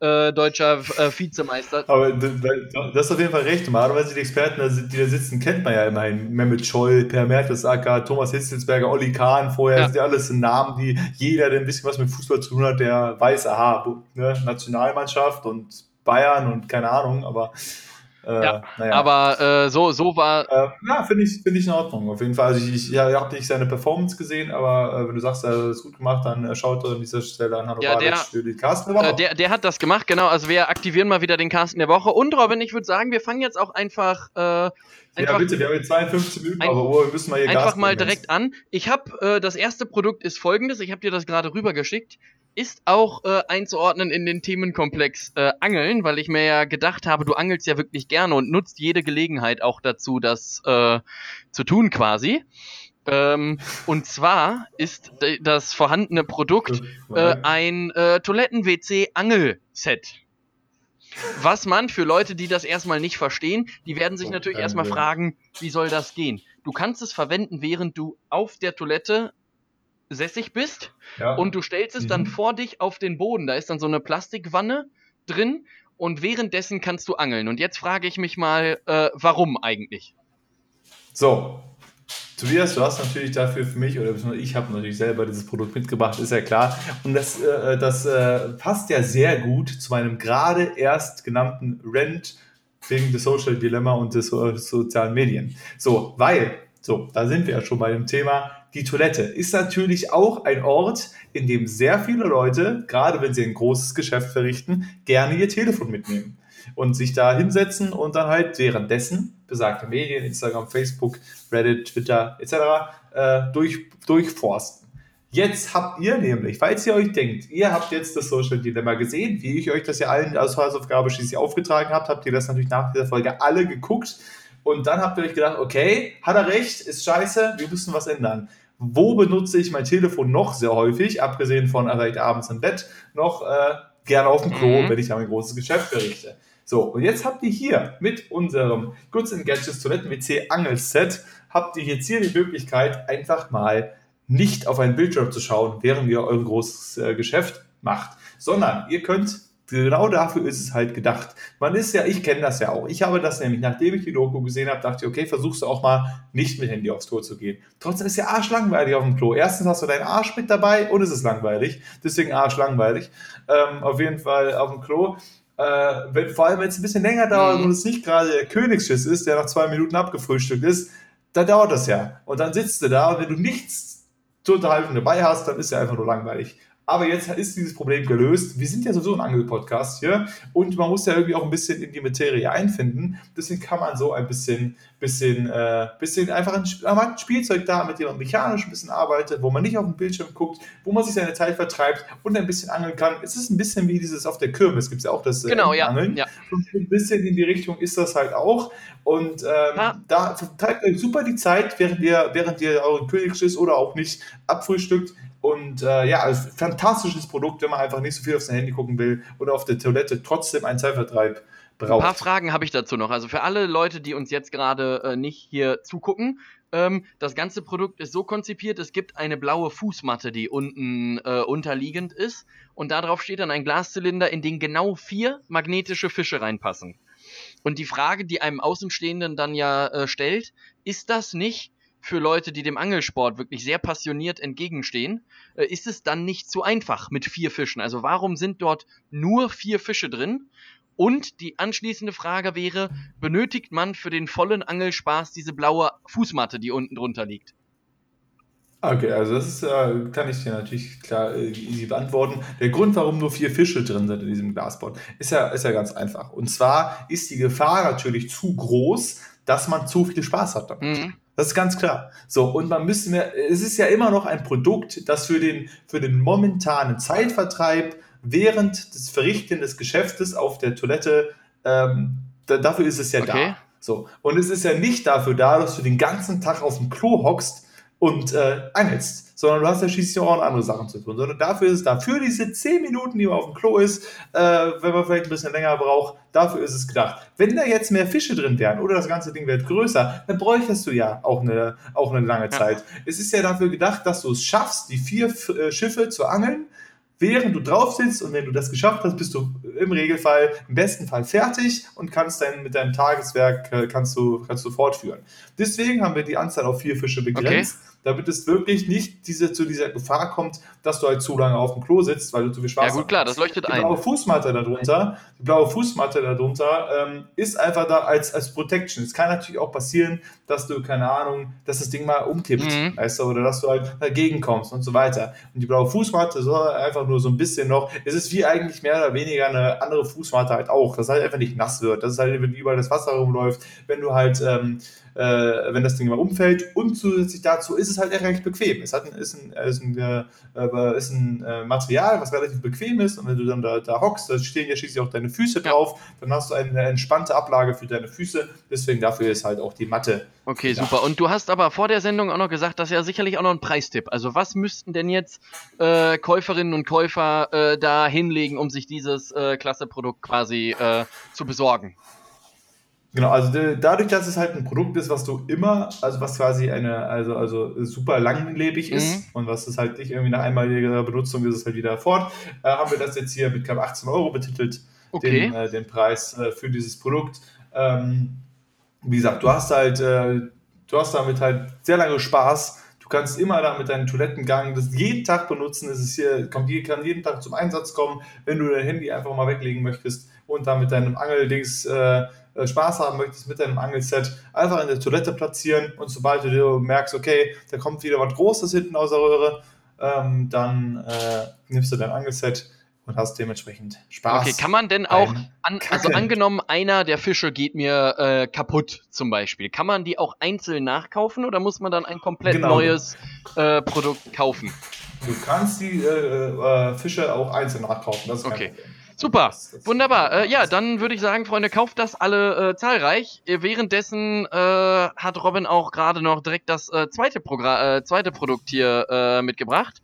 Vizemeister. Aber das ist auf jeden Fall recht. Normalerweise die Experten, die da sitzen, kennt man ja immerhin. Mehmet Scholl, Per Mertesacker, Thomas Hitzelsberger, Olli Kahn vorher. Das sind ja alles Namen, die jeder, der ein bisschen was mit Fußball zu tun hat, der weiß, aha, ne, Nationalmannschaft und Bayern und keine Ahnung, aber naja. Aber so war... Ja, finde ich in Ordnung, auf jeden Fall. Also ich habe nicht seine Performance gesehen, aber wenn du sagst, er hat das gut gemacht, dann schaut an dieser Stelle an Hanno Balic für die Carsten der Woche. Der hat das gemacht, genau. Also wir aktivieren mal wieder den Carsten der Woche. Und Robin, ich würde sagen, wir fangen jetzt auch einfach... ja, bitte, wir haben jetzt 52 Minuten, aber wir müssen mal hier einfach mal direkt an. Ich habe, das erste Produkt ist folgendes, ich habe dir das gerade rübergeschickt, ist auch einzuordnen in den Themenkomplex Angeln, weil ich mir ja gedacht habe, du angelst ja wirklich gerne und nutzt jede Gelegenheit auch dazu, das zu tun quasi. Und zwar ist das vorhandene Produkt ein Toiletten-WC-Angelset. Was man für Leute, die das erstmal nicht verstehen, die werden sich natürlich erstmal fragen, wie soll das gehen? Du kannst es verwenden, während du auf der Toilette sässig bist und du stellst es dann vor dich auf den Boden. Da ist dann so eine Plastikwanne drin und währenddessen kannst du angeln. Und jetzt frage ich mich mal, warum eigentlich? So, Tobias, du hast natürlich dafür für mich, oder ich habe natürlich selber dieses Produkt mitgebracht, ist ja klar. Und das passt ja sehr gut zu meinem gerade erst genannten Rant wegen des Social Dilemma und des sozialen Medien. Da sind wir ja schon bei dem Thema. Die Toilette ist natürlich auch ein Ort, in dem sehr viele Leute, gerade wenn sie ein großes Geschäft verrichten, gerne ihr Telefon mitnehmen und sich da hinsetzen und dann halt währenddessen besagte Medien, Instagram, Facebook, Reddit, Twitter etc. Durchforsten. Jetzt habt ihr nämlich, falls ihr euch denkt, ihr habt jetzt das Social Dilemma gesehen, wie ich euch das ja allen als Hausaufgabe schließlich aufgetragen habt ihr das natürlich nach dieser Folge alle geguckt und dann habt ihr euch gedacht, okay, hat er recht, ist scheiße, wir müssen was ändern. Wo benutze ich mein Telefon noch sehr häufig, abgesehen von vielleicht abends im Bett, noch gerne auf dem Klo, wenn ich an ein großes Geschäft berichte. So, und jetzt habt ihr hier mit unserem Goods & Gadgets Toiletten-WC Angelset, habt ihr jetzt hier die Möglichkeit, einfach mal nicht auf einen Bildschirm zu schauen, während ihr euer großes Geschäft macht, sondern ihr könnt, genau dafür ist es halt gedacht. Man ist ja, ich kenne das ja auch. Ich habe das nämlich, nachdem ich die Doku gesehen habe, dachte ich, okay, versuchst du auch mal nicht mit Handy aufs Klo zu gehen. Trotzdem ist ja arschlangweilig auf dem Klo. Erstens hast du deinen Arsch mit dabei und es ist langweilig. Deswegen arschlangweilig. Auf jeden Fall auf dem Klo. Vor allem, wenn es ein bisschen länger dauert und es nicht gerade der Königsschiss ist, der nach 2 Minuten abgefrühstückt ist, dann dauert das ja. Und dann sitzt du da und wenn du nichts zur Unterhaltung dabei hast, dann ist ja einfach nur langweilig. Aber jetzt ist dieses Problem gelöst. Wir sind ja sowieso ein Angel-Podcast hier und man muss ja irgendwie auch ein bisschen in die Materie einfinden. Deswegen kann man so ein bisschen einfach ein Spielzeug da, mit dem man mechanisch ein bisschen arbeitet, wo man nicht auf den Bildschirm guckt, wo man sich seine Zeit vertreibt und ein bisschen angeln kann. Es ist ein bisschen wie dieses auf der Kirmes, gibt es ja auch das Angeln. Ja. Und ein bisschen in die Richtung ist das halt auch. Und da vertreibt euch super die Zeit, während ihr euren Königsschiss oder auch nicht abfrühstückt. Und also fantastisches Produkt, wenn man einfach nicht so viel auf sein Handy gucken will oder auf der Toilette trotzdem einen Zeitvertreib braucht. Ein paar Fragen habe ich dazu noch. Also für alle Leute, die uns jetzt gerade nicht hier zugucken, das ganze Produkt ist so konzipiert, es gibt eine blaue Fußmatte, die unten unterliegend ist und darauf steht dann ein Glaszylinder, in den genau 4 magnetische Fische reinpassen. Und die Frage, die einem Außenstehenden dann ja stellt, ist das nicht für Leute, die dem Angelsport wirklich sehr passioniert entgegenstehen, ist es dann nicht zu einfach mit 4 Fischen? Also warum sind dort nur 4 Fische drin? Und die anschließende Frage wäre, benötigt man für den vollen Angelspaß diese blaue Fußmatte, die unten drunter liegt? Okay, also das ist, kann ich dir natürlich klar easy beantworten. Der Grund, warum nur 4 Fische drin sind in diesem Glasboard, ist ja ganz einfach. Und zwar ist die Gefahr natürlich zu groß, dass man zu viel Spaß hat damit. Mhm. Das ist ganz klar. So, und es ist ja immer noch ein Produkt, das für den momentanen Zeitvertreib während des Verrichten des Geschäftes auf der Toilette, dafür ist es ja da. So. Und es ist ja nicht dafür da, dass du den ganzen Tag auf dem Klo hockst und angelst, sondern du hast ja schließlich auch andere Sachen zu tun, sondern dafür ist es da. Für diese 10 Minuten, die man auf dem Klo ist, wenn man vielleicht ein bisschen länger braucht, dafür ist es gedacht. Wenn da jetzt mehr Fische drin wären oder das ganze Ding wird größer, dann bräuchtest du ja auch eine lange Zeit. Es ist ja dafür gedacht, dass du es schaffst, die 4 Schiffe zu angeln, während du drauf sitzt, und wenn du das geschafft hast, bist du im besten Fall fertig und kannst mit deinem Tageswerk kannst du fortführen. Deswegen haben wir die Anzahl auf 4 Fische begrenzt, damit es wirklich nicht zu dieser Gefahr kommt, dass du halt zu lange auf dem Klo sitzt, weil du zu viel Spaß hast. Ja gut, klar, das leuchtet ein. Die blaue Fußmatte darunter ist einfach da als Protection. Es kann natürlich auch passieren, dass du, keine Ahnung, dass das Ding mal umkippt, weißt du, oder dass du halt dagegen kommst und so weiter. Und die blaue Fußmatte soll einfach nur so ein bisschen noch, es ist wie eigentlich mehr oder weniger eine andere Fußmatte halt auch, dass halt einfach nicht nass wird, dass es halt überall das Wasser rumläuft, wenn du halt wenn das Ding mal umfällt, und zusätzlich dazu ist es halt recht bequem. Es ist ein Material, was relativ bequem ist, und wenn du dann da hockst, da stehen ja schließlich auch deine Füße drauf, dann hast du eine entspannte Ablage für deine Füße, deswegen dafür ist halt auch die Matte. Okay, super. Und du hast aber vor der Sendung auch noch gesagt, das ist ja sicherlich auch noch ein Preistipp. Also was müssten denn jetzt Käuferinnen und Käufer da hinlegen, um sich dieses klasse Produkt quasi zu besorgen? Genau, also dadurch, dass es halt ein Produkt ist, was du immer, also was quasi also super langlebig ist und was es halt nicht irgendwie nach einmaliger Benutzung ist, es halt wieder fort, haben wir das jetzt hier mit knapp 18 € betitelt, den Preis für dieses Produkt. Wie gesagt, du hast damit halt sehr lange Spaß. Du kannst immer da mit deinem Toilettengang das jeden Tag benutzen. Kann jeden Tag zum Einsatz kommen, wenn du dein Handy einfach mal weglegen möchtest und da mit deinem Angeldings Spaß haben möchtest mit deinem Angelset, einfach in der Toilette platzieren, und sobald du merkst, okay, da kommt wieder was Großes hinten aus der Röhre, dann nimmst du dein Angelset und hast dementsprechend Spaß. Okay, kann man denn auch, also angenommen, einer der Fische geht mir kaputt zum Beispiel, kann man die auch einzeln nachkaufen oder muss man dann ein komplett neues Produkt kaufen? Du kannst die Fische auch einzeln nachkaufen, das ist kein Problem. Super, das wunderbar. Ja, dann würde ich sagen, Freunde, kauft das alle zahlreich. Währenddessen hat Robin auch gerade noch direkt das zweite Produkt hier mitgebracht.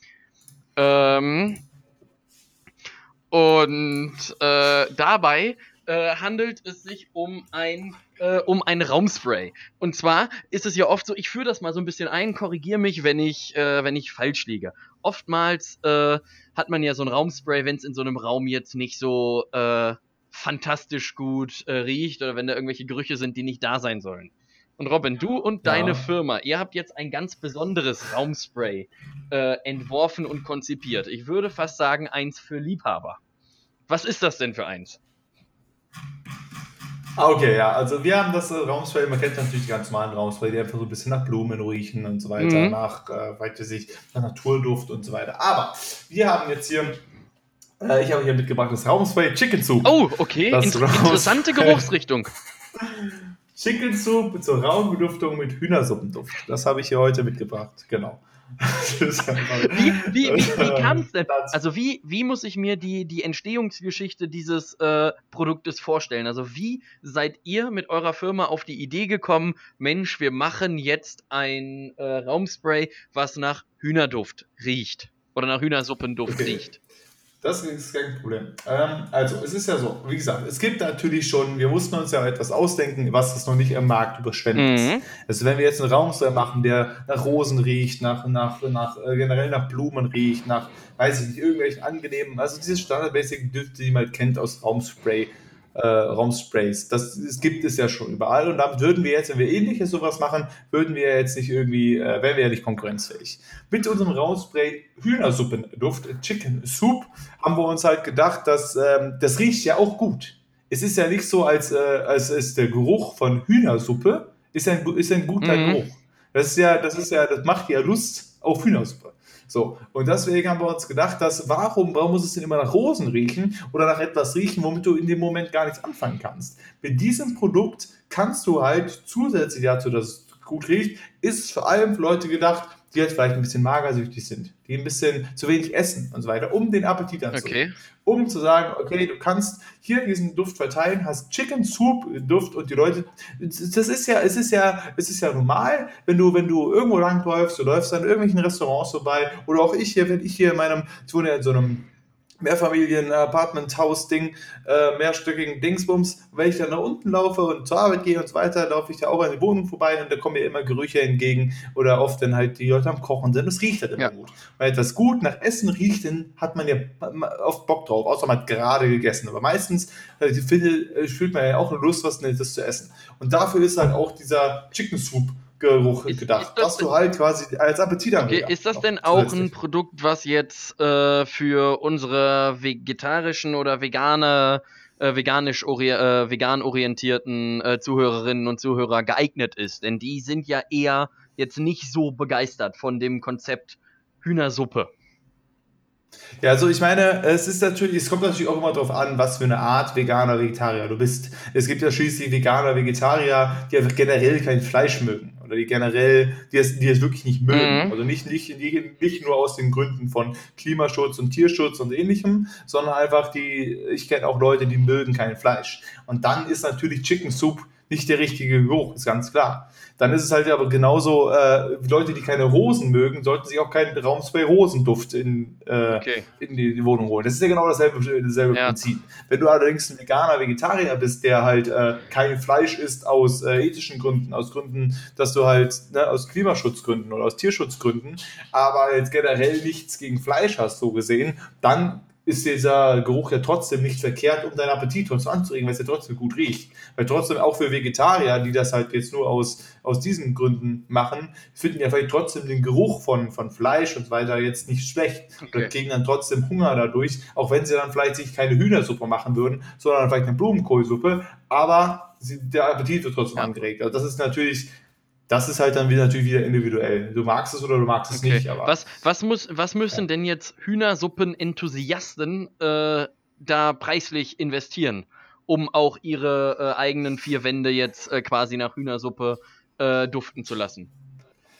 Und dabei handelt es sich um ein Raumspray. Und zwar ist es ja oft so, ich führe das mal so ein bisschen ein, korrigiere mich, wenn ich falsch liege. Oftmals hat man ja so ein Raumspray, wenn es in so einem Raum jetzt nicht so fantastisch gut riecht oder wenn da irgendwelche Gerüche sind, die nicht da sein sollen. Und Robin, du und deine Firma, ihr habt jetzt ein ganz besonderes Raumspray entworfen und konzipiert. Ich würde fast sagen, eins für Liebhaber. Was ist das denn für eins? Okay, ja, also wir haben das Raumspray, man kennt natürlich die ganz normalen Raumspray, die einfach so ein bisschen nach Blumen riechen und so weiter, nach Naturduft und so weiter. Aber wir haben jetzt hier, ich habe hier mitgebracht das Raumspray Chicken Soup. Oh, okay, interessante Geruchsrichtung. Chicken Soup zur Raumbeduftung mit Hühnersuppenduft. Das habe ich hier heute mitgebracht, genau. Wie kam es denn? Also wie muss ich mir die Entstehungsgeschichte dieses Produktes vorstellen? Also wie seid ihr mit eurer Firma auf die Idee gekommen, Mensch, wir machen jetzt ein Raumspray, was nach Hühnerduft riecht oder nach Hühnersuppenduft riecht? Das ist kein Problem. Also, es ist ja so, wie gesagt, es gibt natürlich schon, wir mussten uns ja etwas ausdenken, was das noch nicht im Markt überschwemmt ist. Also, wenn wir jetzt einen Raumspray machen, der nach Rosen riecht, generell nach Blumen riecht, nach, weiß ich nicht, irgendwelchen angenehmen, also diese standardmäßigen Düfte, die man halt kennt aus Raumsprays. Das gibt es ja schon überall und damit würden wir jetzt, wenn wir ähnliches sowas machen, wären wir ja nicht konkurrenzfähig. Mit unserem Raumspray Hühnersuppenduft, Chicken Soup, haben wir uns halt gedacht, dass das riecht ja auch gut. Es ist ja nicht so, als ist der Geruch von Hühnersuppe ist ein guter Geruch. Das macht ja Lust auf Hühnersuppe. So, und deswegen haben wir uns gedacht, warum muss es denn immer nach Rosen riechen oder nach etwas riechen, womit du in dem Moment gar nichts anfangen kannst? Mit diesem Produkt kannst du halt zusätzlich dazu, dass es gut riecht, ist vor allem für Leute gedacht, die jetzt vielleicht ein bisschen magersüchtig sind, die ein bisschen zu wenig essen und so weiter, um den Appetit anzuregen. Um zu sagen, okay, du kannst hier diesen Duft verteilen, hast Chicken Soup Duft und die Leute, es ist ja normal, wenn du irgendwo langläufst, du läufst an irgendwelchen Restaurants vorbei oder auch ich wohne ja in so einem Mehrfamilien-Apartment-Haus-Ding, mehrstöckigen Dingsbums. Wenn ich dann nach unten laufe und zur Arbeit gehe und so weiter, laufe ich da auch an die Wohnung vorbei und da kommen mir immer Gerüche entgegen oder oft dann halt die Leute am Kochen sind. Das riecht halt immer gut. Weil etwas gut nach Essen riecht, dann hat man ja oft Bock drauf, außer man hat gerade gegessen. Aber meistens fühlt man ja auch eine Lust, was Nettes zu essen. Und dafür ist halt auch dieser Chicken Soup Geruch gedacht, dass du halt quasi als Appetitanreger. Okay, ist das denn auch ein Produkt, was jetzt für unsere vegetarischen oder vegan orientierten Zuhörerinnen und Zuhörer geeignet ist? Denn die sind ja eher jetzt nicht so begeistert von dem Konzept Hühnersuppe. Ja, also ich meine, es kommt natürlich auch immer darauf an, was für eine Art Veganer, Vegetarier du bist. Es gibt ja schließlich Veganer, Vegetarier, die einfach generell kein Fleisch mögen. Oder die es wirklich nicht mögen. Also nicht nur aus den Gründen von Klimaschutz und Tierschutz und ähnlichem, sondern einfach ich kenne auch Leute, die mögen kein Fleisch. Und dann ist natürlich Chicken Soup nicht der richtige Geruch, ist ganz klar. Dann ist es halt aber genauso, Leute, die keine Rosen mögen, sollten sich auch keinen Raumspray Rosenduft in die Wohnung holen. Das ist ja genau dasselbe Prinzip. Wenn du allerdings ein Veganer, Vegetarier bist, der halt kein Fleisch isst aus ethischen Gründen, aus Gründen, dass du halt aus Klimaschutzgründen oder aus Tierschutzgründen, aber jetzt generell nichts gegen Fleisch hast, so gesehen, dann ist dieser Geruch ja trotzdem nicht verkehrt, um deinen Appetit trotzdem anzuregen, weil es ja trotzdem gut riecht. Weil trotzdem auch für Vegetarier, die das halt jetzt nur aus diesen Gründen machen, finden ja vielleicht trotzdem den Geruch von Fleisch und so weiter jetzt nicht schlecht. Und kriegen dann trotzdem Hunger dadurch, auch wenn sie dann vielleicht sich keine Hühnersuppe machen würden, sondern vielleicht eine Blumenkohlsuppe, aber der Appetit wird trotzdem angeregt. Also das ist halt dann natürlich wieder individuell. Du magst es oder du magst es nicht. Aber was müssen denn jetzt Hühnersuppen-Enthusiasten da preislich investieren, um auch ihre eigenen 4 Wände jetzt quasi nach Hühnersuppe duften zu lassen?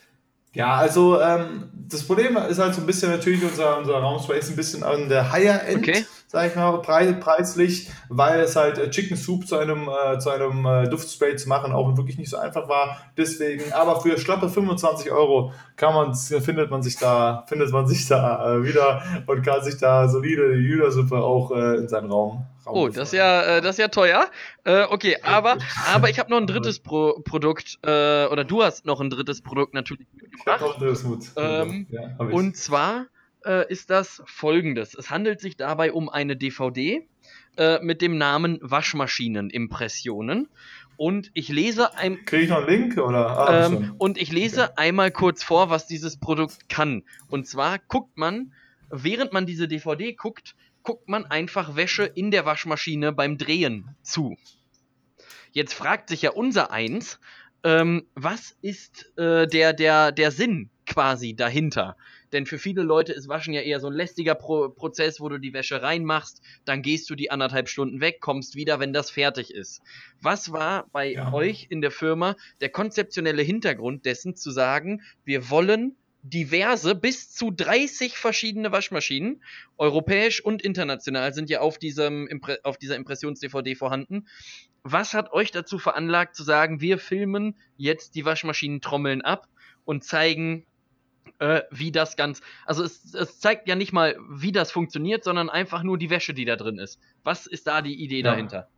Ja, also das Problem ist halt so ein bisschen natürlich, unser Raumspray ist ein bisschen an der Higher End, Okay. sag ich mal, preislich, weil es halt Chicken Soup zu einem Duftspray zu machen auch wirklich nicht so einfach war. Deswegen, aber für schlappe 25 € findet man sich da wieder und kann sich da solide Hühnersuppe auch in seinen Raum Oh, befördern. das ist ja teuer. Okay, aber ich habe noch ein drittes Produkt, oder du hast noch ein drittes Produkt natürlich Ich habe noch mitgebracht. ein drittes Produkt. Ähm, Ja, habe ich. und zwar ist das folgendes. Es handelt sich dabei um eine DVD mit dem Namen Waschmaschinenimpressionen. Und ich lese Kriege ich noch einen Link oder? Ah, hab ich schon. und ich Okay. lese einmal kurz vor, was dieses Produkt kann. Und zwar guckt man, während man diese DVD guckt, guckt man einfach Wäsche in der Waschmaschine beim Drehen zu. Jetzt fragt sich ja unser Eins, was ist der Sinn quasi dahinter? Denn für viele Leute ist Waschen ja eher so ein lästiger Prozess, wo du die Wäsche reinmachst, dann gehst du die 1,5 Stunden weg, kommst wieder, wenn das fertig ist. Was war bei Ja. euch in der Firma der konzeptionelle Hintergrund dessen, zu sagen, wir wollen diverse, bis zu 30 verschiedene Waschmaschinen, europäisch und international, sind ja auf dieser Impressions-DVD vorhanden. Was hat euch dazu veranlagt zu sagen, wir filmen jetzt die Waschmaschinentrommeln ab und zeigen, wie das also es zeigt ja nicht mal, wie das funktioniert, sondern einfach nur die Wäsche, die da drin ist. Was ist da die Idee Ja. dahinter?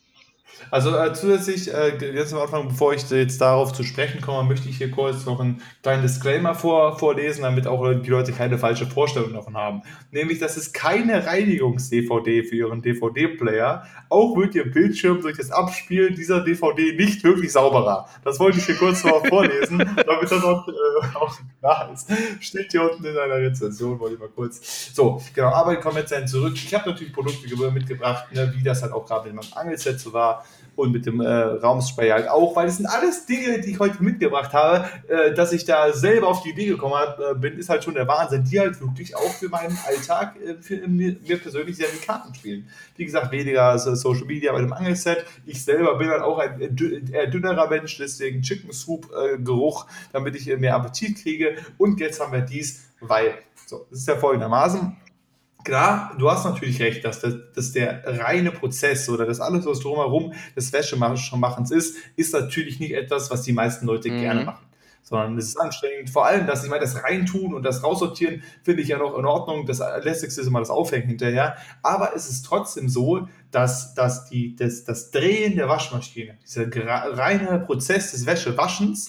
Also zusätzlich, jetzt am Anfang, bevor ich jetzt darauf zu sprechen komme, möchte ich hier kurz noch einen kleinen Disclaimer vorlesen, damit auch die Leute keine falsche Vorstellung davon haben. Nämlich, das ist keine Reinigungs-DVD für Ihren DVD-Player. Auch wird Ihr Bildschirm durch das Abspielen dieser DVD nicht wirklich sauberer. Das wollte ich hier kurz mal vorlesen, damit das auch klar ist. Steht hier unten in einer Rezension, wollte ich mal kurz. So, genau, aber kommen jetzt dann zurück. Ich habe natürlich Produkte mitgebracht, ne, wie das halt auch gerade in meinem Angelset so war und mit dem Raumspray halt auch, weil das sind alles Dinge, die ich heute mitgebracht habe, dass ich da selber auf die Idee gekommen bin, ist halt schon der Wahnsinn, die halt wirklich auch für meinen Alltag, für mir persönlich sehr die Karten spielen. Wie gesagt, weniger Social Media bei dem Angelset. Ich selber bin halt auch ein eher dünnerer Mensch, deswegen Chicken Soup Geruch, damit ich mehr Appetit kriege. Und jetzt haben wir dies, weil, so, das ist ja folgendermaßen. Klar, du hast natürlich recht, dass der reine Prozess oder das alles, was drumherum des Wäschemachens ist natürlich nicht etwas, was die meisten Leute gerne Mhm. machen. Sondern es ist anstrengend. Vor allem, ich meine, das Reintun und das Raussortieren finde ich ja noch in Ordnung. Das Lässigste ist immer das Aufhängen hinterher. Aber es ist trotzdem so, dass das Drehen der Waschmaschine, dieser reine Prozess des Wäschewaschens,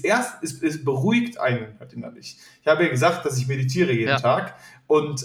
ist beruhigt einen halt innerlich. Ich habe ja gesagt, dass ich meditiere jeden Ja. Tag. Und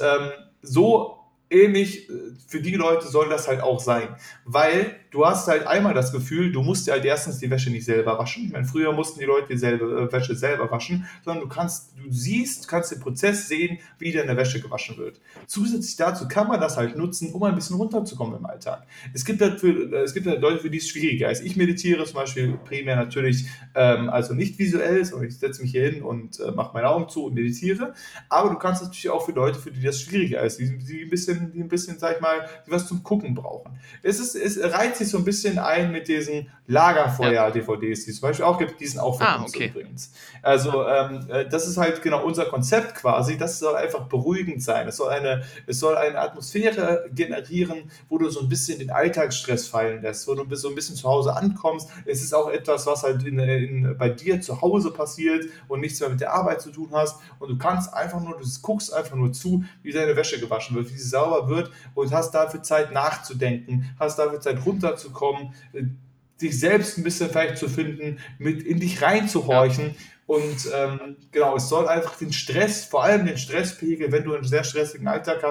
so ähnlich für die Leute soll das halt auch sein. Weil du hast halt einmal das Gefühl, du musst dir halt erstens die Wäsche nicht selber waschen. Ich meine, früher mussten die Leute dieselbe Wäsche selber waschen, sondern kannst den Prozess sehen, wie deine Wäsche gewaschen wird. Zusätzlich dazu kann man das halt nutzen, um ein bisschen runterzukommen im Alltag. Es gibt halt Leute, für die es schwieriger ist. Ich meditiere zum Beispiel primär natürlich, also nicht visuell, sondern ich setze mich hier hin und mache meine Augen zu und meditiere. Aber du kannst natürlich auch für Leute, für die das schwieriger ist, die ein bisschen, sag ich mal, die was zum Gucken brauchen. Es reiht sich so ein bisschen ein mit diesen Ja. Lagerfeuer-DVDs, die es zum Beispiel auch gibt, die sind auch von uns Okay. übrigens. Also das ist halt genau unser Konzept quasi. Das soll einfach beruhigend sein. Es soll eine Atmosphäre generieren, wo du so ein bisschen den Alltagsstress fallen lässt, wo du so ein bisschen zu Hause ankommst. Es ist auch etwas, was halt bei dir zu Hause passiert und nichts mehr mit der Arbeit zu tun hast. Und du guckst einfach nur zu, wie deine Wäsche gewaschen wird, wie sie sauber wird und hast dafür Zeit nachzudenken, hast dafür Zeit runterzukommen, dich selbst ein bisschen vielleicht zu finden, mit in dich Ja. reinzuhorchen. Und genau, es soll einfach den Stress, vor allem den Stresspegel, wenn du einen sehr stressigen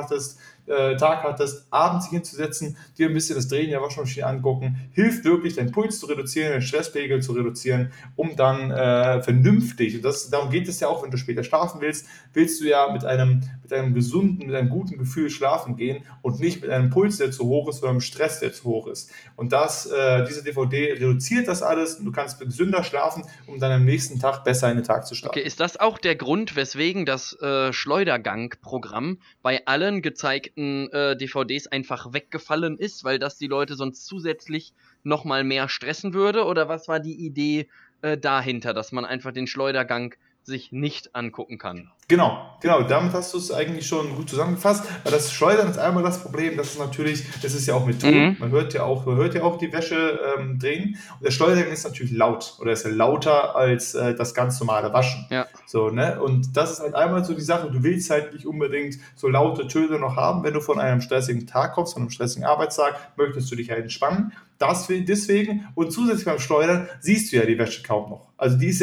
Tag hattest, abends sich hinzusetzen, dir ein bisschen das Drehen der Waschmaschine angucken, hilft wirklich, deinen Puls zu reduzieren, den Stresspegel zu reduzieren, um dann vernünftig, und darum geht es ja auch, wenn du später schlafen willst du ja mit einem gesunden, mit einem guten Gefühl schlafen gehen und nicht mit einem Puls, der zu hoch ist, oder einem Stress, der zu hoch ist. Und diese DVD reduziert das alles und du kannst gesünder schlafen, um dann am nächsten Tag besser in den Tag zu Okay, starten. ist das auch der Grund, weswegen das Schleudergang-Programm bei allen gezeigten DVDs einfach weggefallen ist, weil das die Leute sonst zusätzlich nochmal mehr stressen würde? Oder was war die Idee dahinter, dass man einfach den Schleudergang sich nicht angucken kann. Genau, damit hast du es eigentlich schon gut zusammengefasst. Weil das Schleudern ist einmal das Problem, das ist ja auch mit Ton. Man hört ja auch die Wäsche drehen. Und der Schleudern ist natürlich laut oder ist ja lauter als das ganz normale Waschen. Ja. So, ne? Und das ist halt einmal so die Sache, du willst halt nicht unbedingt so laute Töne noch haben, wenn du von einem stressigen Tag kommst, von einem stressigen Arbeitstag, möchtest du dich halt entspannen. Deswegen und zusätzlich beim Schleudern siehst du ja die Wäsche kaum noch. Also die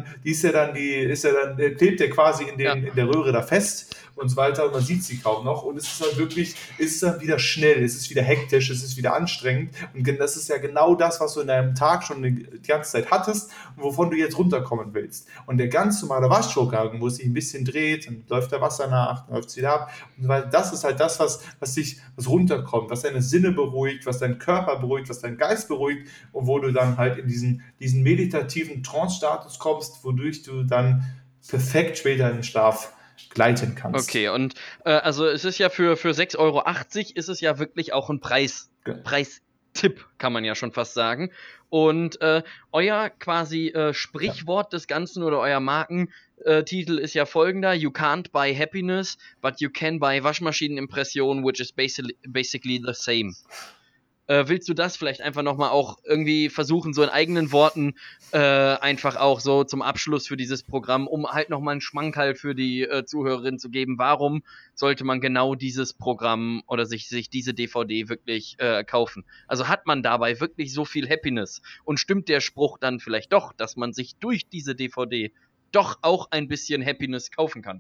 klebt ja quasi in der Röhre da fest und so weiter und man sieht sie kaum noch und es ist halt wirklich, es ist dann wieder schnell, es ist wieder hektisch, es ist wieder anstrengend und das ist ja genau das, was du in deinem Tag schon die ganze Zeit hattest und wovon du jetzt runterkommen willst. Und der ganz normale Waschvorgang, wo es sich ein bisschen dreht, dann läuft der Wasser nach, dann läuft es wieder ab und so weiter, das ist halt das, was runterkommt, was deine Sinne beruhigt, was deinen Körper beruhigt, was deinen Geist beruhigt und wo du dann halt in diesen meditativen Trance-Status kommst, wodurch du dann perfekt später in den Schlaf gleiten kannst. Okay, und also es ist ja für 6,80 Euro ist es ja wirklich auch ein Preistipp, kann man ja schon fast sagen. Und euer quasi Sprichwort des Ganzen oder euer Markentitel ist ja folgender: You can't buy happiness, but you can buy Waschmaschinenimpression, which is basically the same. Willst du das vielleicht einfach nochmal auch irgendwie versuchen, so in eigenen Worten einfach auch so zum Abschluss für dieses Programm, um halt nochmal einen Schmankerl für die Zuhörerin zu geben, warum sollte man genau dieses Programm oder sich diese DVD wirklich kaufen? Also hat man dabei wirklich so viel Happiness und stimmt der Spruch dann vielleicht doch, dass man sich durch diese DVD doch auch ein bisschen Happiness kaufen kann?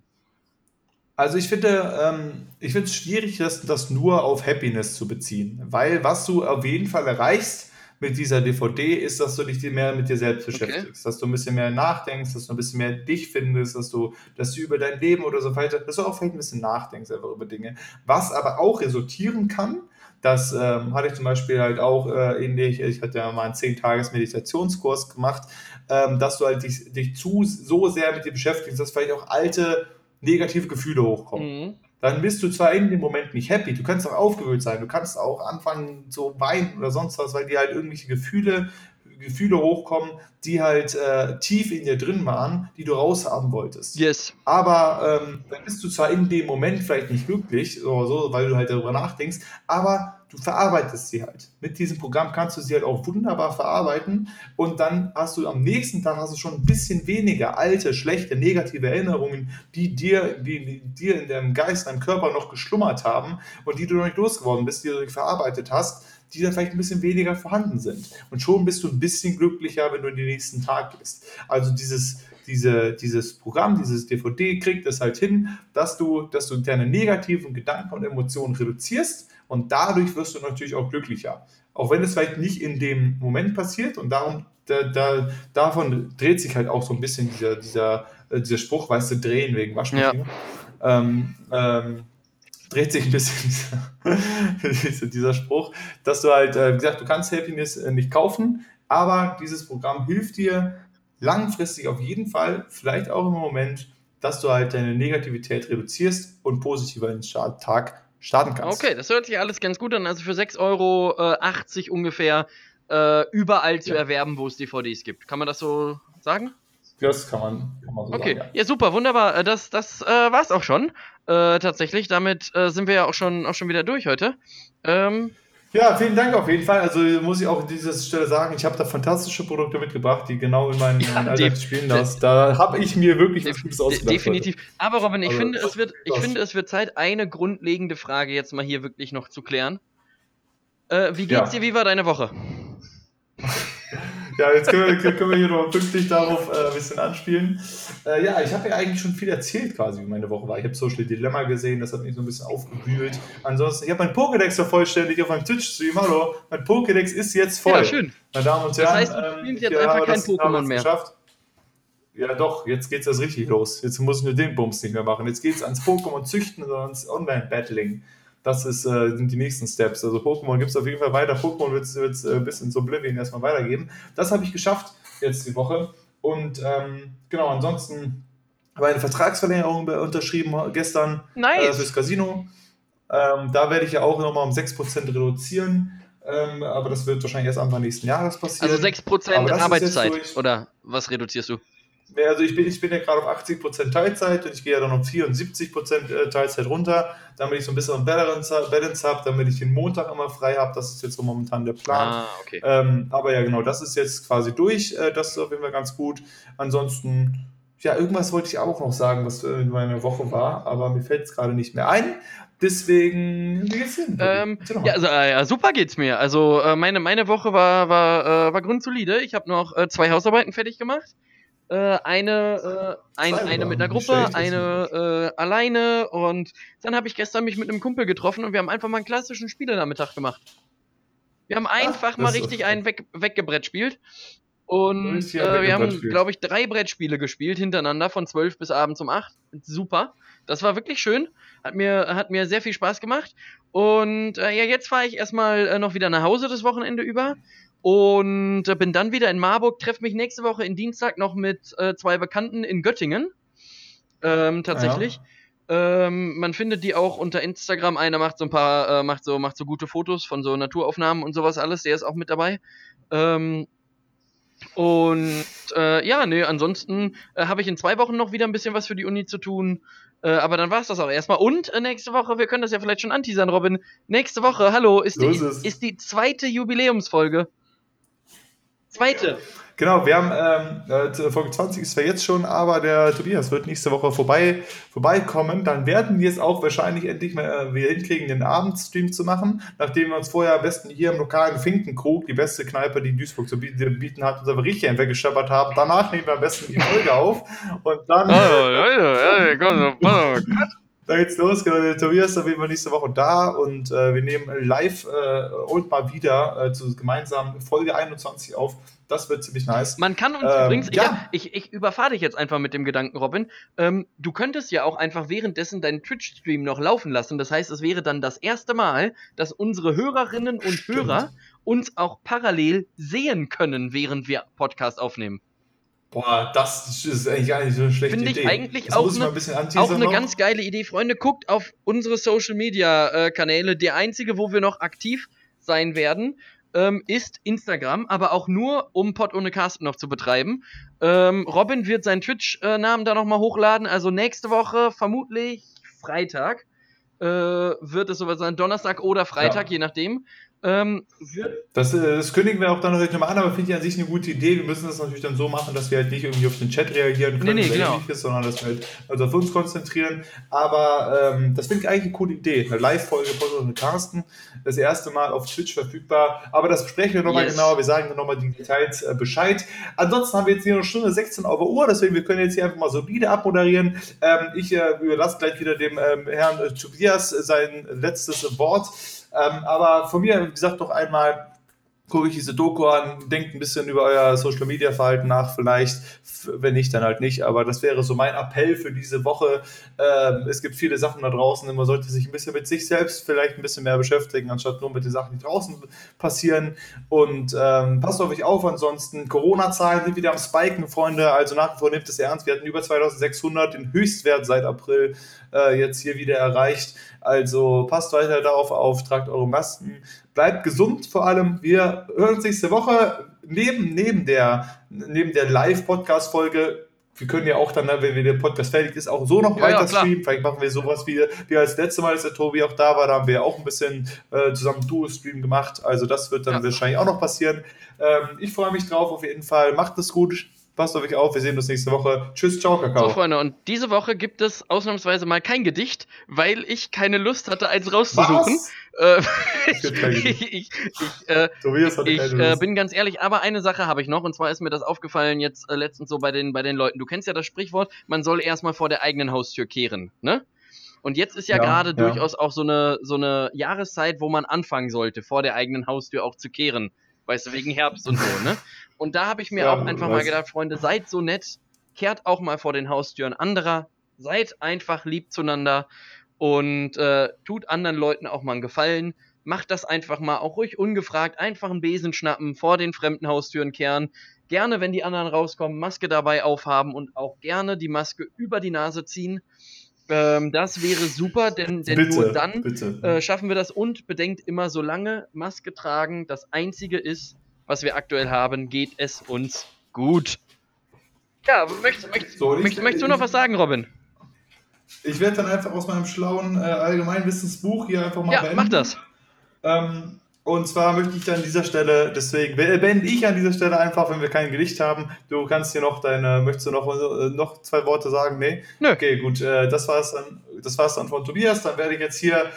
Also ich finde es schwierig, das nur auf Happiness zu beziehen, weil was du auf jeden Fall erreichst mit dieser DVD ist, dass du dich mehr mit dir selbst beschäftigst, dass du ein bisschen mehr nachdenkst, dass du ein bisschen mehr dich findest, dass du über dein Leben oder so weiter, dass du auch vielleicht ein bisschen nachdenkst einfach über Dinge. Was aber auch resultieren kann, das hatte ich zum Beispiel halt auch ähnlich, ich hatte ja mal einen 10-Tages-Meditationskurs gemacht, dass du halt dich so sehr mit dir beschäftigst, dass vielleicht auch alte negative Gefühle hochkommen. Dann bist du zwar in dem Moment nicht happy, du kannst auch aufgewühlt sein, du kannst auch anfangen zu weinen oder sonst was, weil dir halt irgendwelche Gefühle hochkommen, die halt tief in dir drin waren, die du raushaben wolltest. Yes. Aber dann bist du zwar in dem Moment vielleicht nicht glücklich oder so, weil du halt darüber nachdenkst, aber du verarbeitest sie halt. Mit diesem Programm kannst du sie halt auch wunderbar verarbeiten und dann hast du am nächsten Tag schon ein bisschen weniger alte, schlechte, negative Erinnerungen, die dir in deinem Geist, deinem Körper noch geschlummert haben und die du noch nicht losgeworden bist, die du nicht verarbeitet hast, die dann vielleicht ein bisschen weniger vorhanden sind. Und schon bist du ein bisschen glücklicher, wenn du in den nächsten Tag gehst. Also dieses Programm, dieses DVD kriegt es halt hin, dass du deine negativen Gedanken und Emotionen reduzierst und dadurch wirst du natürlich auch glücklicher. Auch wenn es vielleicht nicht in dem Moment passiert und davon dreht sich halt auch so ein bisschen dieser Spruch, weißt du, drehen wegen Waschmaschine. Ja. Dreht sich ein bisschen dieser Spruch, dass du halt, wie gesagt, du kannst Happiness nicht kaufen, aber dieses Programm hilft dir langfristig auf jeden Fall, vielleicht auch im Moment, dass du halt deine Negativität reduzierst und positiver in den Tag starten kannst. Okay, das hört sich alles ganz gut an. Also für 6,80 Euro ungefähr überall zu erwerben, wo es DVDs gibt. Kann man das so sagen? Das kann man so sagen, ja. Ja, super, wunderbar. Das war's auch schon. Tatsächlich, damit sind wir ja auch schon wieder durch heute. Ja, vielen Dank auf jeden Fall. Also muss ich auch an dieser Stelle sagen, ich habe da fantastische Produkte mitgebracht, die genau in meinen Alltag spielen. Da habe ich mir wirklich was Gutes ausgedacht. Definitiv. Heute. Aber Robin, ich finde, es wird Zeit, eine grundlegende Frage jetzt mal hier wirklich noch zu klären. Wie geht's dir? Wie war deine Woche? Ja, jetzt können wir hier noch pünktlich darauf ein bisschen anspielen. Ja, ich habe ja eigentlich schon viel erzählt quasi, wie meine Woche war. Ich habe Social Dilemma gesehen, das hat mich so ein bisschen aufgewühlt. Ansonsten, ich habe mein Pokédex vervollständigt auf meinem Twitch-Stream. Hallo, mein Pokédex ist jetzt voll. Ja, schön. Meine Damen und Herren. Das heißt, du spielst jetzt einfach kein Pokémon mehr. Geschafft. Ja doch, jetzt geht's das richtig los. Jetzt muss ich nur den Bums nicht mehr machen. Jetzt geht's ans Pokémon-Züchten und ans Online-Battling. Das sind die nächsten Steps. Also Pokémon gibt es auf jeden Fall weiter. Pokémon wird es bis ins Oblivion erstmal weitergeben. Das habe ich geschafft jetzt die Woche. Und genau, ansonsten habe ich eine Vertragsverlängerung unterschrieben gestern fürs Casino. Da werde ich ja auch nochmal um 6% reduzieren. Aber das wird wahrscheinlich erst Anfang nächsten Jahres passieren. Also 6% Arbeitszeit, oder was reduzierst du? Ja, also ich bin ja gerade auf 80% Teilzeit und ich gehe ja dann um 74% Teilzeit runter, damit ich so ein bisschen Balance habe, damit ich den Montag immer frei habe. Das ist jetzt so momentan der Plan. Okay. Aber ja, genau, das ist jetzt quasi durch. Das ist auf jeden Fall ganz gut. Ansonsten, ja, irgendwas wollte ich auch noch sagen, was in meiner Woche war, aber mir fällt es gerade nicht mehr ein. Deswegen, wie geht's dir? Super geht's mir. Also meine Woche war grundsolide. Ich habe noch 2 Hausarbeiten fertig gemacht. Eine mit einer Gruppe, eine alleine, und dann habe ich gestern mich mit einem Kumpel getroffen und wir haben einfach mal einen klassischen Spielenachmittag gemacht. Wir haben einfach mal richtig einen weggebrettspielt. Und wir haben, glaube ich, 3 Brettspiele gespielt hintereinander von 12 bis abends um 8. Super. Das war wirklich schön. Hat mir sehr viel Spaß gemacht. Und jetzt fahre ich erstmal noch wieder nach Hause das Wochenende über. Und bin dann wieder in Marburg, treffe mich nächste Woche in Dienstag noch mit 2 Bekannten in Göttingen. Tatsächlich. Ja. Man findet die auch unter Instagram. Einer macht so ein paar, macht so gute Fotos von so Naturaufnahmen und sowas alles. Der ist auch mit dabei. Ansonsten habe ich in 2 Wochen noch wieder ein bisschen was für die Uni zu tun. Aber dann war es das auch erstmal. Und nächste Woche, wir können das ja vielleicht schon anteasern, Robin. Nächste Woche, hallo, ist die 2. Jubiläumsfolge. 2. Genau, wir haben Folge 20 ist zwar jetzt schon, aber der Tobias wird nächste Woche vorbeikommen. Dann werden wir es auch wahrscheinlich endlich mal wieder hinkriegen, den Abendstream zu machen, nachdem wir uns vorher am besten hier im lokalen Finkenkrug, die beste Kneipe, die Duisburg zu bieten hat, uns aber richtig weggeschnappert haben. Danach nehmen wir am besten die Folge auf und dann... Da geht's los, genau, der Tobias ist auf jeden Fall nächste Woche da und wir nehmen live und mal wieder gemeinsam Folge 21 auf. Das wird ziemlich nice. Man kann uns übrigens, ich überfahre dich jetzt einfach mit dem Gedanken, Robin, du könntest ja auch einfach währenddessen deinen Twitch-Stream noch laufen lassen. Das heißt, es wäre dann das erste Mal, dass unsere Hörerinnen und Hörer uns auch parallel sehen können, während wir Podcast aufnehmen. Boah, das ist eigentlich gar nicht so eine schlechte Idee. Finde ich eigentlich auch eine ganz geile Idee. Freunde, guckt auf unsere Social-Media-Kanäle. Der einzige, wo wir noch aktiv sein werden, ist Instagram, aber auch nur, um Pod ohne Carsten noch zu betreiben. Robin wird seinen Twitch-Namen da nochmal hochladen. Also nächste Woche, vermutlich Freitag, wird es soweit sein. Donnerstag oder Freitag, je nachdem. Das kündigen wir auch dann natürlich nochmal an, aber finde ich an sich eine gute Idee. Wir müssen das natürlich dann so machen, dass wir halt nicht irgendwie auf den Chat reagieren können, ähnliches, sondern dass wir halt also auf uns konzentrieren. Aber das finde ich eigentlich eine coole Idee. Eine Live-Folge von mit Carsten, das erste Mal auf Twitch verfügbar. Aber das besprechen wir nochmal genauer. Wir sagen dann nochmal die Details Bescheid. Ansonsten haben wir jetzt hier eine Stunde 16 auf der Uhr, deswegen wir können jetzt hier einfach mal solide abmoderieren. Ich überlasse gleich wieder dem Herrn Tobias sein letztes Wort. Aber von mir, wie gesagt, noch einmal gucke ich diese Doku an, denkt ein bisschen über euer Social-Media-Verhalten nach, vielleicht, wenn nicht, dann halt nicht, aber das wäre so mein Appell für diese Woche. Es gibt viele Sachen da draußen, man sollte sich ein bisschen mit sich selbst vielleicht ein bisschen mehr beschäftigen, anstatt nur mit den Sachen, die draußen passieren, und passt auf euch auf, ansonsten, Corona-Zahlen sind wieder am Spiken, Freunde, also nach wie vor nehmt es ernst, wir hatten über 2600, den Höchstwert seit April jetzt hier wieder erreicht, also passt weiter darauf auf, tragt eure Masken, bleibt gesund vor allem. Wir hören uns nächste Woche neben der Live-Podcast-Folge. Wir können ja auch dann, wenn der Podcast fertig ist, auch so noch weiter streamen. Vielleicht machen wir sowas wie als letztes Mal, als der Tobi auch da war. Da haben wir auch ein bisschen zusammen Duo-Stream gemacht. Also das wird dann wahrscheinlich auch noch passieren. Ich freue mich drauf auf jeden Fall. Macht es gut. Passt auf euch auf, wir sehen uns nächste Woche. Tschüss, ciao, Kakao. So, Freunde, und diese Woche gibt es ausnahmsweise mal kein Gedicht, weil ich keine Lust hatte, eins rauszusuchen. Ich bin ganz ehrlich, aber eine Sache habe ich noch, und zwar ist mir das aufgefallen jetzt letztens so bei den Leuten. Du kennst ja das Sprichwort, man soll erstmal vor der eigenen Haustür kehren, ne? Und jetzt ist ja gerade durchaus auch so eine Jahreszeit, wo man anfangen sollte, vor der eigenen Haustür auch zu kehren. Weißt du, wegen Herbst und so, ne? Und da habe ich mir auch einfach mal gedacht, Freunde, seid so nett, kehrt auch mal vor den Haustüren anderer, seid einfach lieb zueinander und tut anderen Leuten auch mal einen Gefallen. Macht das einfach mal, auch ruhig ungefragt, einfach einen Besen schnappen, vor den fremden Haustüren kehren. Gerne, wenn die anderen rauskommen, Maske dabei aufhaben und auch gerne die Maske über die Nase ziehen. Das wäre super, denn nur dann schaffen wir das. Und bedenkt immer, solange Maske tragen das Einzige ist, was wir aktuell haben, geht es uns gut. Ja, möchtest du noch was sagen, Robin? Ich werde dann einfach aus meinem schlauen Allgemeinwissensbuch hier einfach mal beenden. Ja, mach das. Und zwar möchte ich an dieser Stelle, deswegen beende ich an dieser Stelle einfach, wenn wir kein Gedicht haben. Du kannst hier noch möchtest du noch 2 Worte sagen? Nee? Nö. Okay, gut, das war's dann von Tobias. Dann werde ich jetzt hier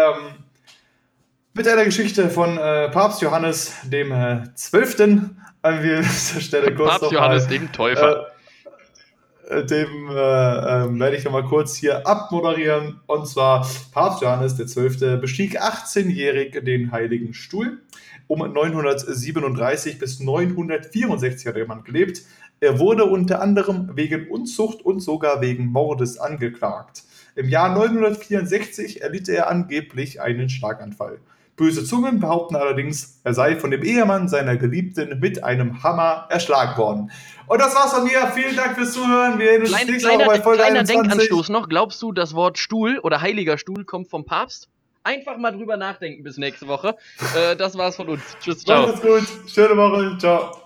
mit einer Geschichte von Papst Johannes dem 12. an dieser Stelle kurz Papst Johannes dem Täufer. Dem werde ich nochmal kurz hier abmoderieren. Und zwar Papst Johannes XII. Bestieg 18-jährig den Heiligen Stuhl. Um 937 bis 964 hat der Mann gelebt. Er wurde unter anderem wegen Unzucht und sogar wegen Mordes angeklagt. Im Jahr 964 erlitt er angeblich einen Schlaganfall. Böse Zungen behaupten allerdings, er sei von dem Ehemann seiner Geliebten mit einem Hammer erschlagen worden. Und das war's von mir. Vielen Dank fürs Zuhören. Wir sehen uns nächste Woche bei Folge 21. Kleiner Denkanstoß noch. Glaubst du, das Wort Stuhl oder Heiliger Stuhl kommt vom Papst? Einfach mal drüber nachdenken bis nächste Woche. Das war's von uns. Tschüss, ciao. Macht's gut. Schöne Woche. Ciao.